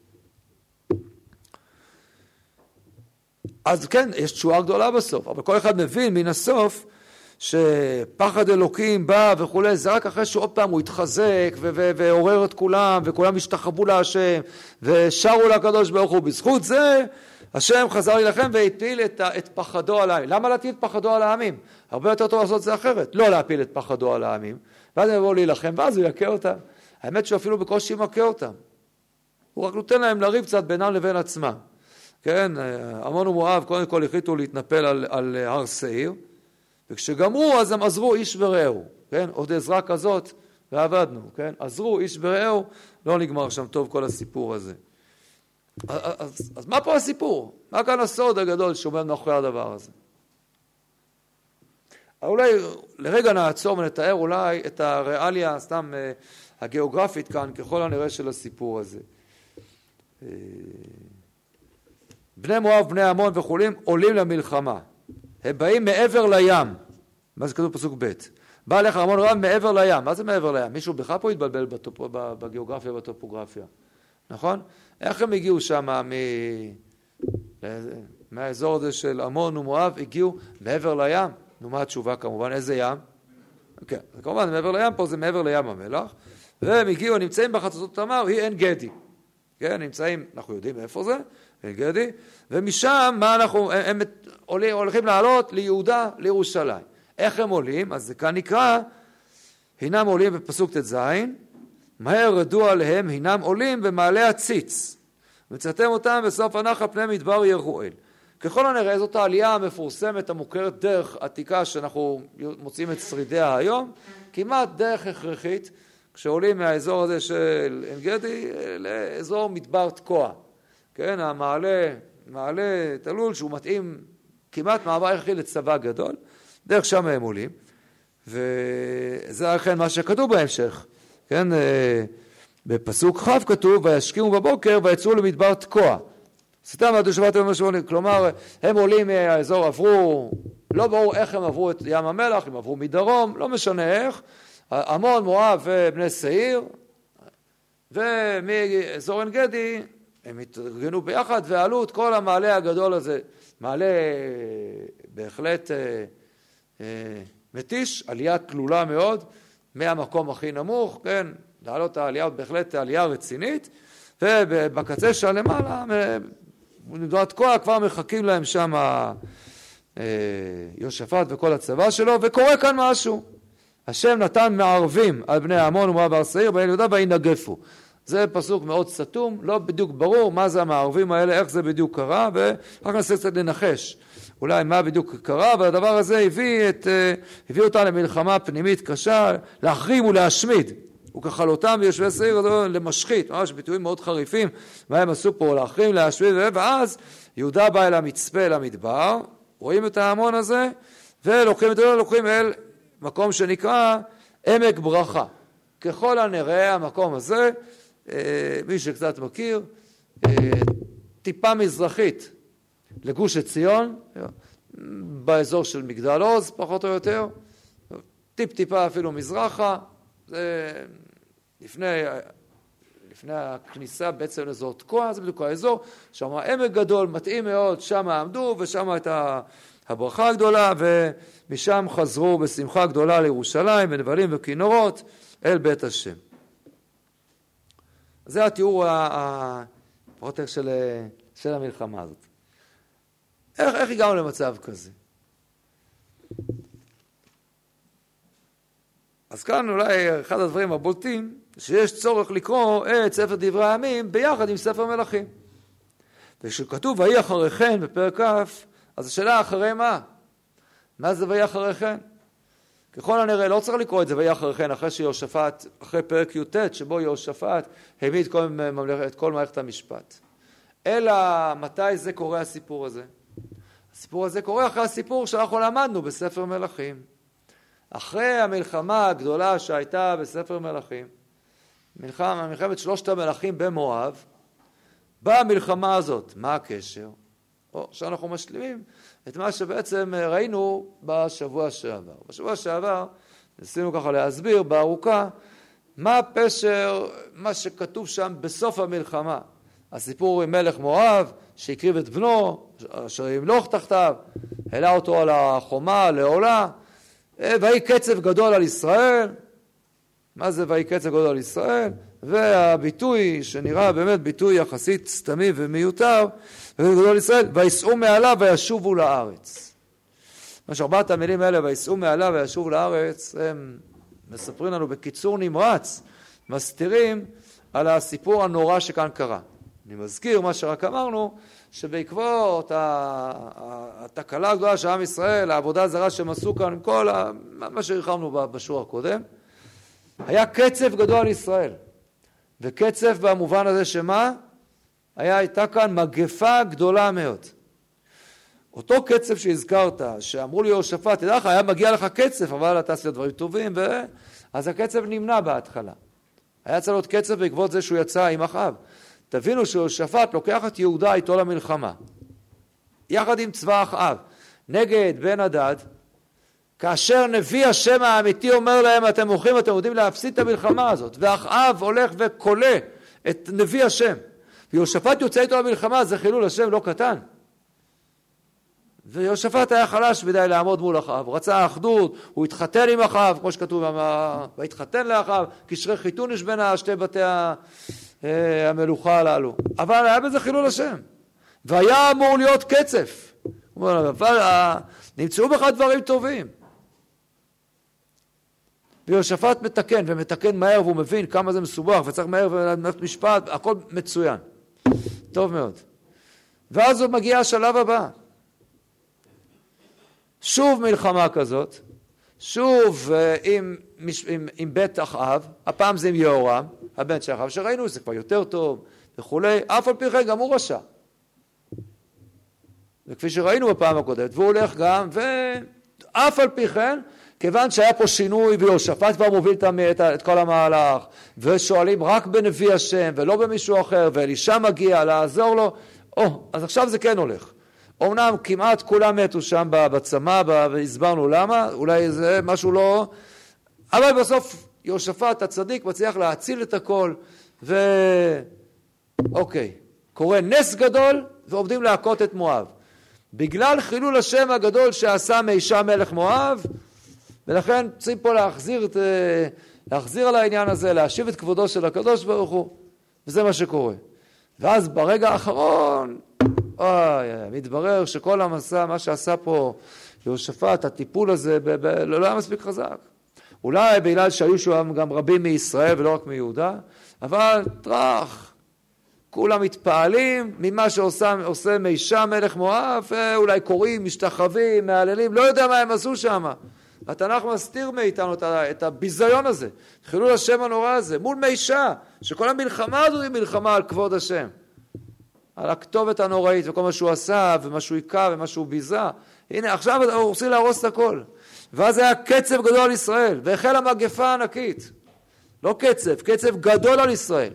A: אז כן, יש תשועה גדולה בסוף, אבל כל אחד מבין מן הסוף שפחד אלוקים בא וכו', זה רק אחרי שעוד פעם הוא התחזק ועורר את כולם, וכולם השתחוו להשם, ושרו לקדוש ברוך הוא. בזכות זה, השם חזר להילחם והפיל את, את פחדו על העמים. למה להפיל את פחדו על העמים? הרבה יותר טוב לעשות זה אחרת, לא להפיל את פחדו על העמים, ואז הם יבואו להילחם, ואז הוא יקה אותם. האמת שהוא אפילו בקושי מקה אותם. הוא רק נותן להם לריב קצת בינם לבין עצמם. כן, עמון ומואב קודם כל החליטו להתנפל על, על הר שעיר, וכשגמרו אז הם עזרו איש ורעהו, כן, עוד עזרה כזאת ועבדנו, כן, עזרו איש ורעהו, לא נגמר שם טוב כל הסיפור הזה. אז, אז, אז מה פה הסיפור? מה כאן הסוד הגדול שעומד מאחורי הדבר הזה? אולי לרגע נעצור ונתאר אולי את הריאליה סתם הגיאוגרפית כאן ככל הנראה של הסיפור הזה. בני מואב, בני עמון וכולים עולים למלחמה. הם באים מעבר לים. מה זה כתוב פסוק ב'? בא לך עמון רב מעבר לים. מה זה מעבר לים? מישהו בכלל פה התבלבל בטופ... בגיאוגרפיה ובטופוגרפיה. נכון? איך הם הגיעו שם מ... מהאזור הזה של עמון ומואב, הגיעו מעבר לים? נו, מה התשובה כמובן? איזה ים? כן, כמובן מעבר לים פה זה מעבר לים המלח. והם הגיעו, נמצאים בחצוצות תמר, היא עין גדי. כן, נמצאים, אנחנו יודעים איפה זה, עין גדי, ומשם מה אנחנו, הם, הם עולים, הולכים לעלות ליהודה, לירושלים. איך הם עולים? אז זה כאן נקרא, הינם עולים בפסוק ת' זין, מהר רדו עליהם, הינם עולים במעלה הציץ, מצאתם אותם בסוף הנחל פני מדבר ירואל. ככל הנראה זאת העלייה המפורסמת, המוכרת דרך עתיקה שאנחנו מוצאים את שרידיה היום, כמעט דרך הכרחית, כשעולים מהאזור הזה של עין גדי לאזור מדבר תקוע, כן, המעלה, מעלה תלול שהוא מתאים כמעט מעבר הכרחי לצבא גדול, דרך שם הם עולים, וזה אכן מה שכתוב בהמשך, כן, בפסוק ח' כתוב, וישכימו בבוקר ויצאו למדבר תקוע. סתם עד שבעת המשמעונים, כלומר, הם עולים מהאזור, עברו, לא ברור איך הם עברו את ים המלח, הם עברו מדרום, לא משנה איך, עמון, מואב ובני שעיר, ומאזור עין גדי הם התארגנו ביחד ועלו את כל המעלה הגדול הזה, מעלה בהחלט אה, אה, מתיש, עלייה תלולה מאוד, מהמקום הכי נמוך, כן, לעלות העלייה, בהחלט עלייה רצינית, ובקצה שם למעלה, מדבר תקוע, כבר מחכים להם שם אה, יהושפט וכל הצבא שלו, וקורה כאן משהו. השם נתן מערבים על בני עמון ומואב והר שעיר בעין יהודה וינגפו. זה פסוק מאוד סתום, לא בדיוק ברור מה זה המערבים האלה, איך זה בדיוק קרה, ואחר ננסה קצת לנחש אולי מה בדיוק קרה, אבל הדבר הזה הביא, את, הביא אותה למלחמה פנימית קשה, להחרים ולהשמיד. וככלותם ביושבי שעיר למשחית, ממש ביטויים מאוד חריפים, מה הם עשו פה, להחרים, להשמיד, ואז יהודה בא אל המצפה, אל המדבר, רואים את ההמון הזה, ולוקחים את זה, לוקחים אל מקום שנקרא עמק ברכה. ככל הנראה המקום הזה, מי שקצת מכיר, טיפה מזרחית לגוש עציון, באזור של מגדל עוז פחות או יותר, טיפ טיפה אפילו מזרחה, זה לפני, לפני הכניסה בעצם לאזור תקוע, זה בדיוק האזור, שם עמק גדול, מתאים מאוד, שם עמדו ושם הייתה הברכה הגדולה, ומשם חזרו בשמחה גדולה לירושלים, בנבלים וכינורות, אל בית השם. זה התיאור הפרוטק של, של המלחמה הזאת. איך, איך הגענו למצב כזה? אז כאן אולי אחד הדברים הבולטים, שיש צורך לקרוא את ספר דברי הימים ביחד עם ספר מלכים. וכשכתוב ויהי אחרי כן בפרק כ', אז השאלה אחרי מה? מה זה ויהי אחרי כן? ככל הנראה לא צריך לקרוא את זה ויהי אחרי כן, אחרי שיהושפט, אחרי פרק י"ט, שבו יהושפט העמיד את כל, את כל מערכת המשפט. אלא מתי זה קורה הסיפור הזה? הסיפור הזה קורה אחרי הסיפור שאנחנו למדנו בספר מלכים. אחרי המלחמה הגדולה שהייתה בספר מלכים, מלחמה, מלחמת שלושת המלכים במואב, באה המלחמה הזאת. מה הקשר? או שאנחנו משלימים את מה שבעצם ראינו בשבוע שעבר. בשבוע שעבר ניסינו ככה להסביר בארוכה מה הפשר, מה שכתוב שם בסוף המלחמה. הסיפור עם מלך מואב שהקריב את בנו, אשר ימלוך תחתיו, העלה אותו על החומה לעולה, ויהי קצף גדול על ישראל. מה זה ויהי קצף גדול על ישראל? והביטוי שנראה באמת ביטוי יחסית סתמי ומיותר, גדול על ישראל, ויסעו מעליו וישובו לארץ. ממש ארבעת המילים האלה, ויסעו מעליו וישובו לארץ, הם מספרים לנו בקיצור נמרץ, מסתירים על הסיפור הנורא שכאן קרה. אני מזכיר מה שרק אמרנו, שבעקבות התקלה הגדולה של עם ישראל, העבודה הזרה שהם עשו כאן, עם כל מה שהרחבנו בשיעור הקודם, היה קצף גדול על ישראל. וקצף במובן הזה שמה? היה, הייתה כאן מגפה גדולה מאוד. אותו קצף שהזכרת, שאמרו לי יהושפט, תדע לך, היה מגיע לך קצף, אבל אתה עשית דברים טובים, ו... אז הקצף נמנע בהתחלה. היה צריך להיות קצף בעקבות זה שהוא יצא עם אחאב. תבינו שיהושפט לוקח את יהודה איתו למלחמה, יחד עם צבא אחאב, נגד בן הדד, כאשר נביא השם האמיתי אומר להם, אתם מוכרים, אתם יודעים להפסיד את המלחמה הזאת, ואחאב הולך וקולה את נביא השם, ויהושפט יוצא איתו למלחמה, זה חילול השם לא קטן. ויהושפט היה חלש מדי לעמוד מול אחאב, הוא רצה אחדות, הוא התחתן עם אחאב, כמו שכתוב, והתחתן לאחאב, קשרי חיתון יש בין שתי בתי המלוכה הללו, אבל היה בזה חילול השם, והיה אמור להיות קצף, אבל נמצאו בך דברים טובים. ויהושפט מתקן, ומתקן מהר, והוא מבין כמה זה מסובך, וצריך מהר ולמערכת משפט, הכל מצוין. טוב מאוד. ואז הוא מגיע השלב הבא. שוב מלחמה כזאת, שוב עם, עם, עם בית אחאב, הפעם זה עם יהורם, הבן של אחאב, שראינו שזה כבר יותר טוב וכולי, אף על פי כן גם הוא רשע. וכפי שראינו בפעם הקודמת, והוא הולך גם, ואף על פי כן, כיוון שהיה פה שינוי ויהושפט כבר מוביל את, את כל המהלך, ושואלים רק בנביא השם ולא במישהו אחר, ואלישע מגיע לעזור לו, או, אז עכשיו זה כן הולך. אומנם כמעט כולם מתו שם בצמא, והסברנו למה, אולי זה משהו לא, אבל בסוף יהושפט הצדיק מצליח להציל את הכל, ו... אוקיי, קורה נס גדול, ועובדים להכות את מואב. בגלל חילול השם הגדול שעשה מאישה מלך מואב, ולכן צריכים פה להחזיר, את, להחזיר על העניין הזה, להשיב את כבודו של הקדוש ברוך הוא, וזה מה שקורה. ואז ברגע האחרון, אוי, מתברר שכל המסע, מה שעשה פה יהושפט, הטיפול הזה, ב- ב- לא היה מספיק חזק. אולי בגלל שהיו שם גם רבים מישראל ולא רק מיהודה, אבל טרח, כולם מתפעלים ממה שעושה עושה מאישה מלך מואב, אולי קוראים, משתחווים, מהללים, לא יודע מה הם עשו שם. התנ"ך מסתיר מאיתנו את הביזיון הזה, חילול השם הנורא הזה, מול מאישה, שכל המלחמה הזאת היא מלחמה על כבוד השם. על הכתובת הנוראית וכל מה שהוא עשה ומה שהוא עיקה ומה שהוא ביזה. הנה עכשיו הוא רוצה להרוס את הכל. ואז היה קצב גדול על ישראל, והחלה המגפה ענקית. לא קצב, קצב גדול על ישראל.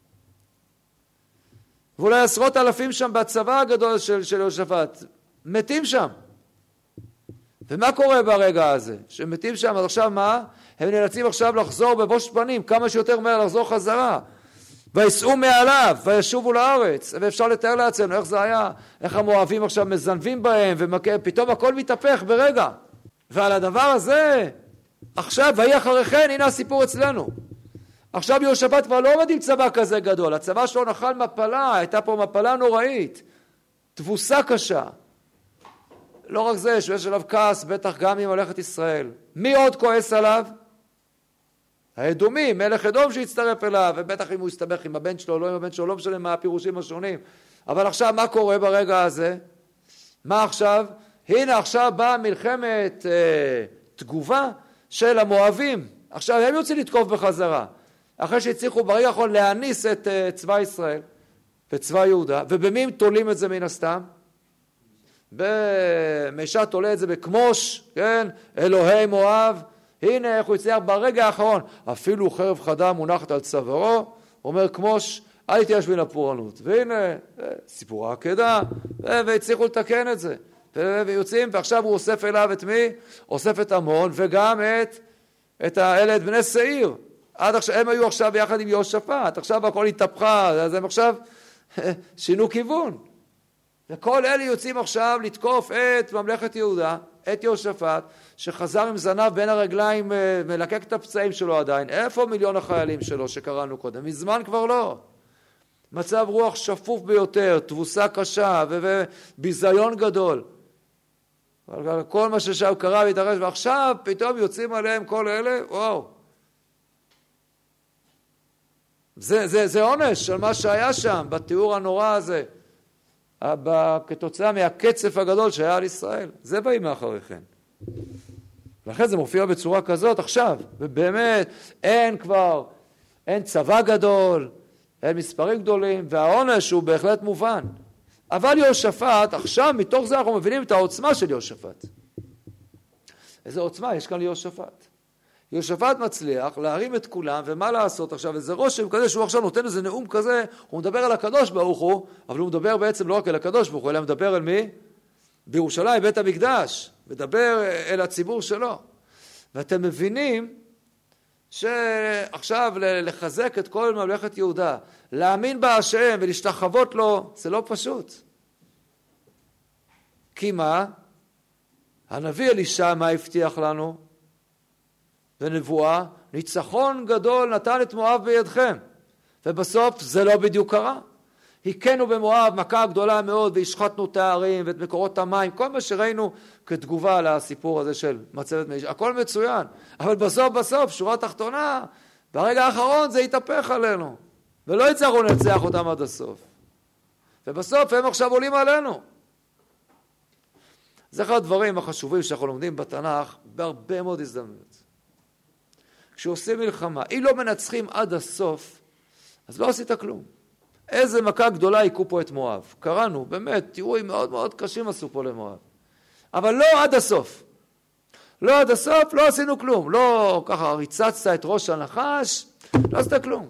A: ואולי עשרות אלפים שם בצבא הגדול של, של יהושפט, מתים שם. ומה קורה ברגע הזה? שמתים שם, אז עכשיו מה? הם נאלצים עכשיו לחזור בבוש פנים, כמה שיותר מהר לחזור חזרה. ויסעו מעליו, וישובו לארץ. ואפשר לתאר לעצמנו איך זה היה, איך המואבים עכשיו מזנבים בהם, ופתאום הכל מתהפך ברגע. ועל הדבר הזה, עכשיו, ויהי אחרי כן, הנה הסיפור אצלנו. עכשיו יהושפט כבר לא עומד עם צבא כזה גדול, הצבא שלו נחל מפלה, הייתה פה מפלה נוראית, תבוסה קשה. לא רק זה, שיש עליו כעס, בטח גם עם מלכת ישראל. מי עוד כועס עליו? האדומים, מלך אדום שהצטרף אליו, ובטח אם הוא יסתבך עם הבן שלו, לא עם הבן שלו, לא משנה מה הפירושים השונים. אבל עכשיו מה קורה ברגע הזה? מה עכשיו? הנה עכשיו באה מלחמת אה, תגובה של המואבים. עכשיו הם יוצאים לתקוף בחזרה. אחרי שהצליחו ברגע האחרון להניס את uh, צבא ישראל וצבא יהודה, ובמי הם תולים את זה מן הסתם? במישה תולה את זה בכמוש, כן? אלוהי מואב. הנה איך הוא הצליח ברגע האחרון, אפילו חרב חדה מונחת על צווארו, אומר כמוש, אל תהיה מן הפורענות. והנה סיפור העקדה, והצליחו לתקן את זה. ויוצאים, ועכשיו הוא אוסף אליו את מי? אוסף את עמון, וגם את, את האלה, את בני שעיר. עד עכשיו, הם היו עכשיו ביחד עם יהושפט, עכשיו הכל התהפכה, אז הם עכשיו שינו כיוון. וכל אלה יוצאים עכשיו לתקוף את ממלכת יהודה, את יהושפט, שחזר עם זנב בין הרגליים, מלקק את הפצעים שלו עדיין. איפה מיליון החיילים שלו שקראנו קודם? מזמן כבר לא. מצב רוח שפוף ביותר, תבוסה קשה וביזיון גדול. כל מה ששם קרה והתרש, ועכשיו פתאום יוצאים עליהם כל אלה, וואו. זה, זה, זה עונש של מה שהיה שם, בתיאור הנורא הזה, כתוצאה מהקצף הגדול שהיה על ישראל. זה באים מאחרי כן. לכן זה מופיע בצורה כזאת עכשיו, ובאמת אין כבר, אין צבא גדול, אין מספרים גדולים, והעונש הוא בהחלט מובן. אבל יהושפט, עכשיו מתוך זה אנחנו מבינים את העוצמה של יהושפט. איזה עוצמה יש כאן ליהושפט. יהושפט מצליח להרים את כולם, ומה לעשות עכשיו? איזה רושם כזה שהוא עכשיו נותן איזה נאום כזה, הוא מדבר על הקדוש ברוך הוא, אבל הוא מדבר בעצם לא רק על הקדוש ברוך הוא, אלא מדבר על מי? בירושלים, בית המקדש, מדבר אל הציבור שלו. ואתם מבינים שעכשיו לחזק את כל ממלכת יהודה, להאמין בהשם ולהשתחוות לו, זה לא פשוט. כי מה? הנביא אלישע מה הבטיח לנו? בנבואה, ניצחון גדול נתן את מואב בידכם. ובסוף זה לא בדיוק קרה. הכינו במואב מכה גדולה מאוד, והשחטנו את הערים ואת מקורות המים, כל מה שראינו כתגובה לסיפור הזה של מצבת מאיש, הכל מצוין. אבל בסוף בסוף, שורה תחתונה, ברגע האחרון זה יתהפך עלינו. ולא יצטרכו לנצח אותם עד הסוף. ובסוף הם עכשיו עולים עלינו. זה אחד הדברים החשובים שאנחנו לומדים בתנ"ך בהרבה מאוד הזדמנויות. כשעושים מלחמה, אם לא מנצחים עד הסוף, אז לא עשית כלום. איזה מכה גדולה עיקו פה את מואב. קראנו, באמת, תראויים מאוד מאוד קשים עשו פה למואב. אבל לא עד הסוף. לא עד הסוף, לא עשינו כלום. לא ככה ריצצת את ראש הנחש, לא עשית כלום.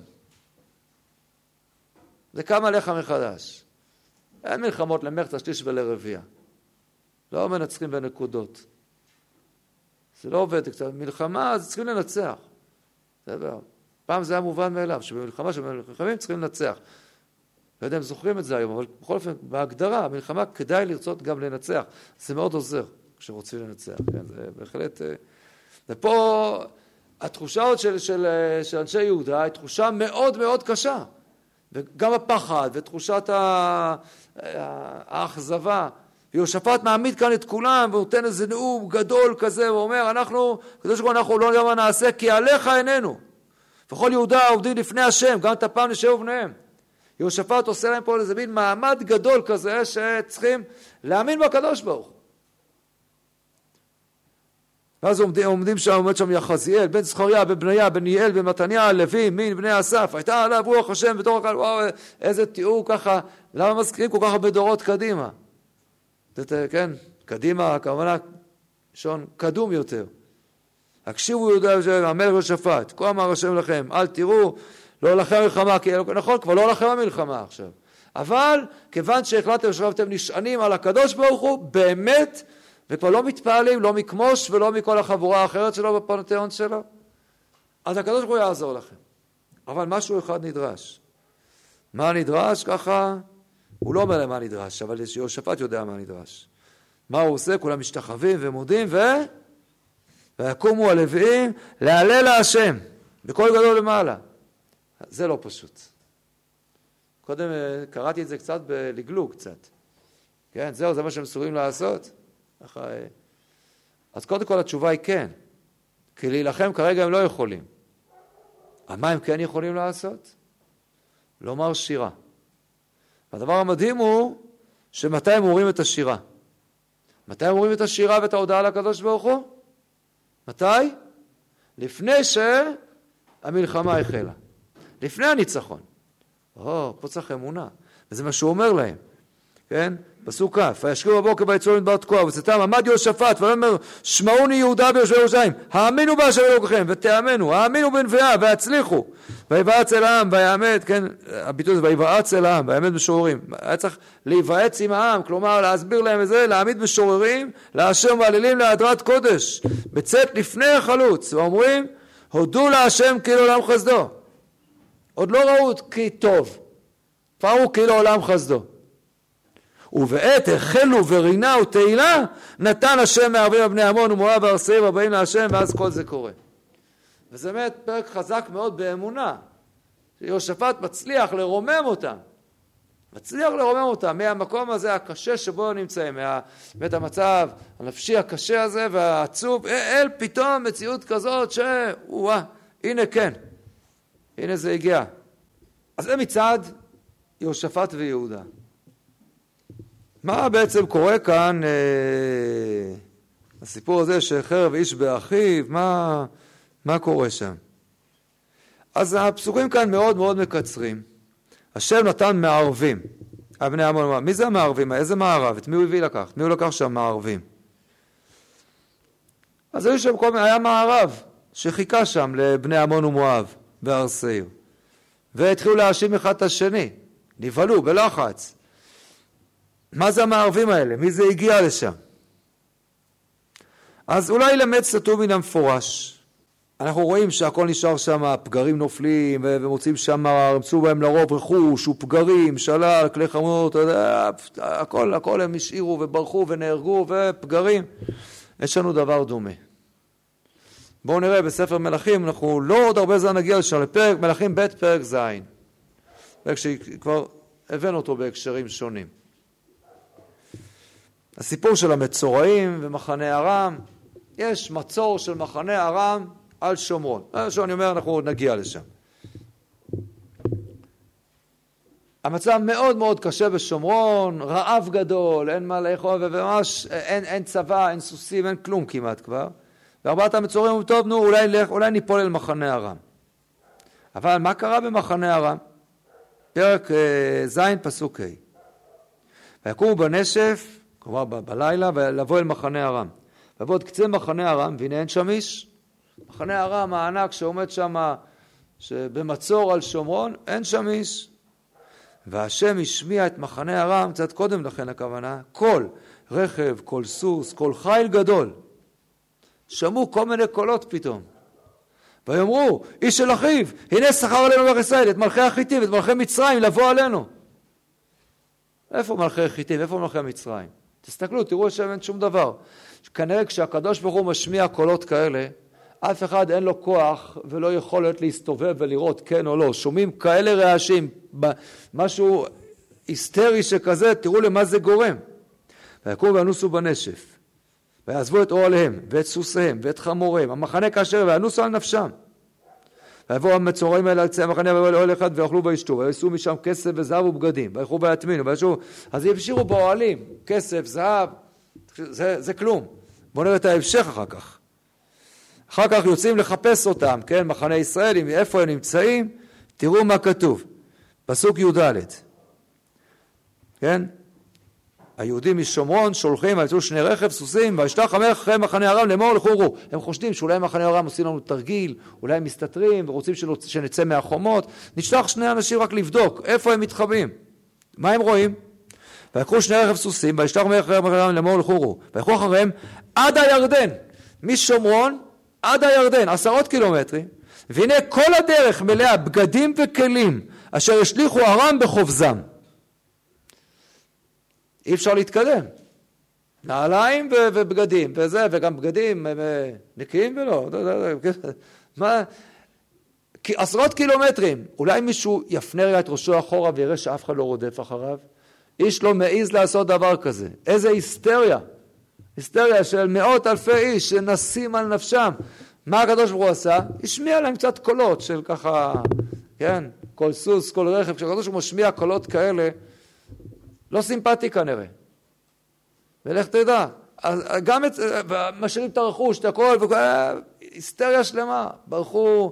A: זה קם עליך מחדש. אין מלחמות למרץ, השליש ולרביע. לא מנצחים בנקודות. זה לא עובד קצת. מלחמה, אז צריכים לנצח. זה דבר. פעם זה היה מובן מאליו, שבמלחמה שבמלחמים צריכים לנצח. לא יודע אם זוכרים את זה היום, אבל בכל אופן, בהגדרה, המלחמה כדאי לרצות גם לנצח. זה מאוד עוזר כשרוצים לנצח. כן? זה בהחלט... ופה התחושה עוד של, של, של אנשי יהודה היא תחושה מאוד מאוד קשה. וגם הפחד ותחושת האכזבה. יהושפט מעמיד כאן את כולם ונותן איזה נאום גדול כזה ואומר, אנחנו, כדי שכל אנחנו לא יודע מה נעשה, כי עליך איננו. וכל יהודה עובדים לפני השם, גם את הפעם נשארו בניהם. יהושפט עושה להם פה איזה מין מעמד גדול כזה שצריכים להאמין בקדוש ברוך. ואז עומדים, עומדים שם, עומד שם יחזיאל, בן זכריה, בן בניה, בן יעל, בן מתניה, לוי, מין, בני אסף, הייתה עליו רוח השם בתור הקהל, וואו, איזה תיאור ככה, למה מזכירים כל כך בדורות קדימה? זה, כן, קדימה, הכוונה, שון, קדום יותר. הקשיבו יהודה, המלך יהושפט, כה אמר השם לכם, אל תראו, לא לכם מלחמה, כי נכון, כבר לא לכם המלחמה עכשיו. אבל, כיוון שהחלטתם שאתם נשענים על הקדוש ברוך הוא, באמת, וכבר לא מתפעלים, לא מכמוש ולא מכל החבורה האחרת שלו בפנתיאון שלו, אז הקדוש ברוך הוא יעזור לכם. אבל משהו אחד נדרש. מה נדרש? ככה, הוא לא אומר להם מה נדרש, אבל יהושפט יודע מה נדרש. מה הוא עושה? כולם משתחווים ומודים, ו... ויקומו הלוויים להלל להשם, בקול גדול למעלה. זה לא פשוט. קודם קראתי את זה קצת בלגלוג קצת. כן, זהו, זה מה שהם מסוגלים לעשות. אז קודם כל התשובה היא כן. כי להילחם כרגע הם לא יכולים. אבל מה הם כן יכולים לעשות? לומר שירה. והדבר המדהים הוא שמתי הם אומרים את השירה? מתי הם אומרים את השירה ואת ההודעה לקדוש ברוך הוא? מתי? לפני שהמלחמה החלה. לפני הניצחון. או, פה צריך אמונה. וזה מה שהוא אומר להם. כן? פסוק כ' וישכימו בבוקר ויצאו למדבר תקוע וצאתם עמד יהושפט ואומר שמעוני יהודה ויושבי ירושלים האמינו בהשם אלוקיכם ותאמנו האמינו בנביאה והצליחו ויבעץ אל העם ויעמד, כן, הביטוי הזה ויבעץ אל העם ויעמד משוררים. היה צריך להיוועץ עם העם, כלומר להסביר להם את זה, להעמיד משוררים להשם מעללים להדרת קודש בצאת לפני החלוץ ואומרים הודו להשם כי לעולם חסדו. עוד לא ראו כי טוב, כבר הוא כי לעולם חסדו. ובעת החלו ורינה ותהילה נתן השם מערבים הבני עמון ומואב והרסיים הבאים להשם, ואז כל זה קורה. וזה באמת פרק חזק מאוד באמונה. יהושפט מצליח לרומם אותם. מצליח לרומם אותם מהמקום הזה הקשה שבו נמצאים, מבית המצב הנפשי הקשה הזה והעצוב, אל פתאום מציאות כזאת שואה, הנה כן, הנה זה הגיע. אז זה מצד יהושפט ויהודה. מה בעצם קורה כאן, אה, הסיפור הזה שחרב איש באחיו, מה, מה קורה שם? אז הפסוקים כאן מאוד מאוד מקצרים. השם נתן מערבים, הבני עמון, מי זה המערבים? איזה מערב? את מי הוא הביא לקח? מי הוא לקח שם מערבים? אז היו שם כל מיני, היה מערב שחיכה שם לבני עמון ומואב בהר סעיר. והתחילו להאשים אחד את השני, נבהלו בלחץ. מה זה המערבים האלה? מי זה הגיע לשם? אז אולי למד סתום מן המפורש. אנחנו רואים שהכל נשאר שם, פגרים נופלים, ומוצאים שם, רמצו בהם לרוב רכוש, ופגרים, שלל, כלי חמורות, הכל, הכל הם השאירו וברחו ונהרגו, ופגרים. יש לנו דבר דומה. בואו נראה בספר מלכים, אנחנו לא עוד הרבה זמן נגיע לשם, לפרק מלכים ב' פרק ז'. פרק שכבר הבאנו אותו בהקשרים שונים. הסיפור של המצורעים ומחנה ארם, יש מצור של מחנה ארם על שומרון. שאני אומר, אנחנו עוד נגיע לשם. המצב מאוד מאוד קשה בשומרון, רעב גדול, אין מה לאכול, וממש אין, אין צבא, אין סוסים, אין כלום כמעט כבר. וארבעת המצורעים אומרים, טוב, נו, אולי, אולי ניפול אל מחנה ארם. אבל מה קרה במחנה ארם? פרק ז' פסוק ה'. ויקומו בנשף, כלומר ב- בלילה, ולבוא אל מחנה ארם. ובוא עוד קצה מחנה ארם, והנה אין שם איש. מחנה ארם הענק שעומד שם, שבמצור על שומרון, אין שם איש. והשם השמיע את מחנה ארם, קצת קודם לכן הכוונה, כל רכב, כל סוס, כל חיל גדול. שמעו כל מיני קולות פתאום. ויאמרו, איש של אחיו, הנה שכר עלינו מלך ישראל, את מלכי החיתים, את מלכי מצרים, לבוא עלינו. איפה מלכי החיתים? איפה מלכי מצרים? תסתכלו, תראו שם אין שום דבר. כנראה כשהקדוש ברוך הוא משמיע קולות כאלה, אף אחד אין לו כוח ולא יכולת להסתובב ולראות כן או לא. שומעים כאלה רעשים, משהו היסטרי שכזה, תראו למה זה גורם. ויקומו וינוסו בנשף, ויעזבו את אוהליהם, ואת סוסיהם, ואת חמוריהם, המחנה כאשר, וינוסו על נפשם. ויבואו המצורעים האלה על קצה המחנה, ויבואו לאוהל אחד, ויאכלו וישתו, ויעשו משם כסף וזהב ובגדים, וילכו ויטמינו, וישו, אז יפשירו באוהלים, כסף, זהב, זה, זה כלום. בואו נראה את ההמשך אחר כך. אחר כך יוצאים לחפש אותם, כן, מחנה ישראל, איפה הם נמצאים, תראו מה כתוב. פסוק י"ד. כן? היהודים משומרון שולחים, ויצאו שני רכב, סוסים, וישלח המלך אחרי מחנה ארם לאמור לכו ראו. הם חושדים שאולי מחנה ארם עושים לנו תרגיל, אולי הם מסתתרים, ורוצים שנצא מהחומות. נשלח שני אנשים רק לבדוק, איפה הם מתחבאים. מה הם רואים? ויקחו שני רכב סוסים, וישלח המלך אחרי מחנה ארם לאמור לכו ראו. ויקחו אחריהם עד הירדן, משומרון עד הירדן, עשרות קילומטרים, והנה כל הדרך מלאה בגדים וכלים, אשר השליחו ארם בחובזם. אי אפשר להתקדם. נעליים ובגדים, וזה, וגם בגדים נקיים ולא. מה? עשרות קילומטרים. אולי מישהו יפנה רגע את ראשו אחורה ויראה שאף אחד לא רודף אחריו? איש לא מעז לעשות דבר כזה. איזה היסטריה. היסטריה של מאות אלפי איש שנסים על נפשם. מה הקדוש ברוך הוא עשה? השמיע להם קצת קולות של ככה, כן, כל סוס, כל רכב. כשהקדוש ברוך הוא משמיע קולות כאלה, לא סימפטי כנראה. ולך תדע, גם את, משאירים את הרכוש, את הכל, היסטריה שלמה, ברחו.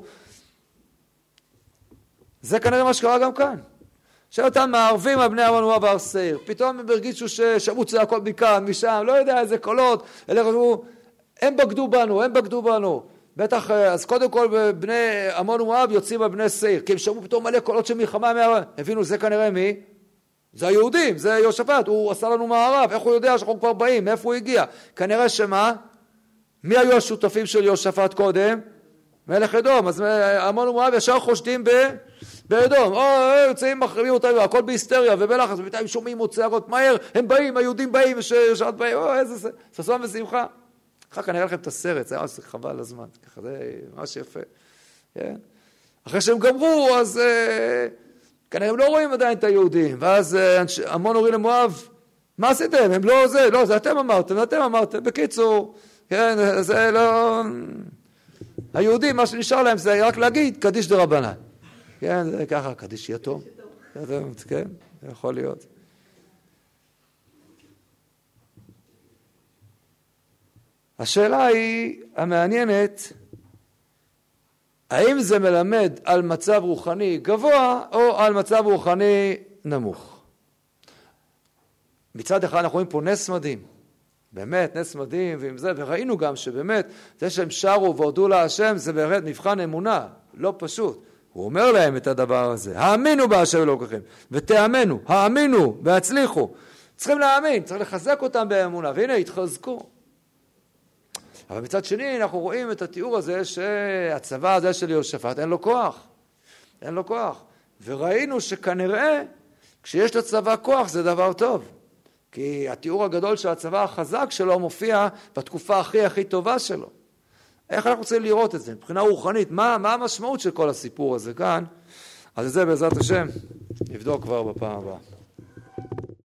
A: זה כנראה מה שקרה גם כאן. שאותם מערבים על בני עמון מואב והר סעיר, פתאום הם הרגישו ששמעו צעקות מכאן, משם, לא יודע איזה קולות, אלה חשבו, הם בגדו בנו, הם בגדו בנו. בטח, אז קודם כל בני עמון ומואב יוצאים על בני סעיר, כי הם שמעו פתאום מלא קולות של מלחמה, הבינו, זה כנראה מי? זה היהודים, זה יהושפט, הוא עשה לנו מערב, איך הוא יודע שאנחנו כבר באים, מאיפה הוא הגיע? כנראה שמה? מי היו השותפים של יהושפט קודם? מלך אדום, אז עמון ומואב ישר חושדים ב... באדום, או, יוצאים מחרימים אותם, הכל בהיסטריה ובלחץ, ובינתיים שומעים עוד צעקות, מהר, הם באים, היהודים באים, ושעת באים, או, איזה ששון ושמחה. אחר כך אני אראה לכם את הסרט, זה היה חבל הזמן, ככה זה ממש יפה. כן? אחרי שהם גמרו, אז כנראה הם לא רואים עדיין את היהודים, ואז עמון אומרים למואב, מה עשיתם? הם לא זה, לא, זה אתם אמרתם, אתם אמרתם, בקיצור, כן, זה לא... היהודים, מה שנשאר להם זה רק להגיד, קדיש דרבנן. כן, זה ככה, קדיש יתום. כן, יכול להיות. השאלה היא המעניינת, האם זה מלמד על מצב רוחני גבוה או על מצב רוחני נמוך? מצד אחד אנחנו רואים פה נס מדהים, באמת נס מדהים, ועם זה, וראינו גם שבאמת זה שהם שרו והודו להשם זה באמת מבחן אמונה, לא פשוט. הוא אומר להם את הדבר הזה, האמינו בהשם אלוקיכם ותאמנו, האמינו והצליחו. צריכים להאמין, צריך לחזק אותם באמונה, והנה התחזקו. אבל מצד שני אנחנו רואים את התיאור הזה שהצבא הזה של יהושפט אין לו כוח, אין לו כוח. וראינו שכנראה כשיש לצבא כוח זה דבר טוב. כי התיאור הגדול של הצבא החזק שלו מופיע בתקופה הכי הכי טובה שלו. איך אנחנו רוצים לראות את זה? מבחינה רוחנית, מה, מה המשמעות של כל הסיפור הזה כאן? אז את זה בעזרת השם נבדוק כבר בפעם הבאה.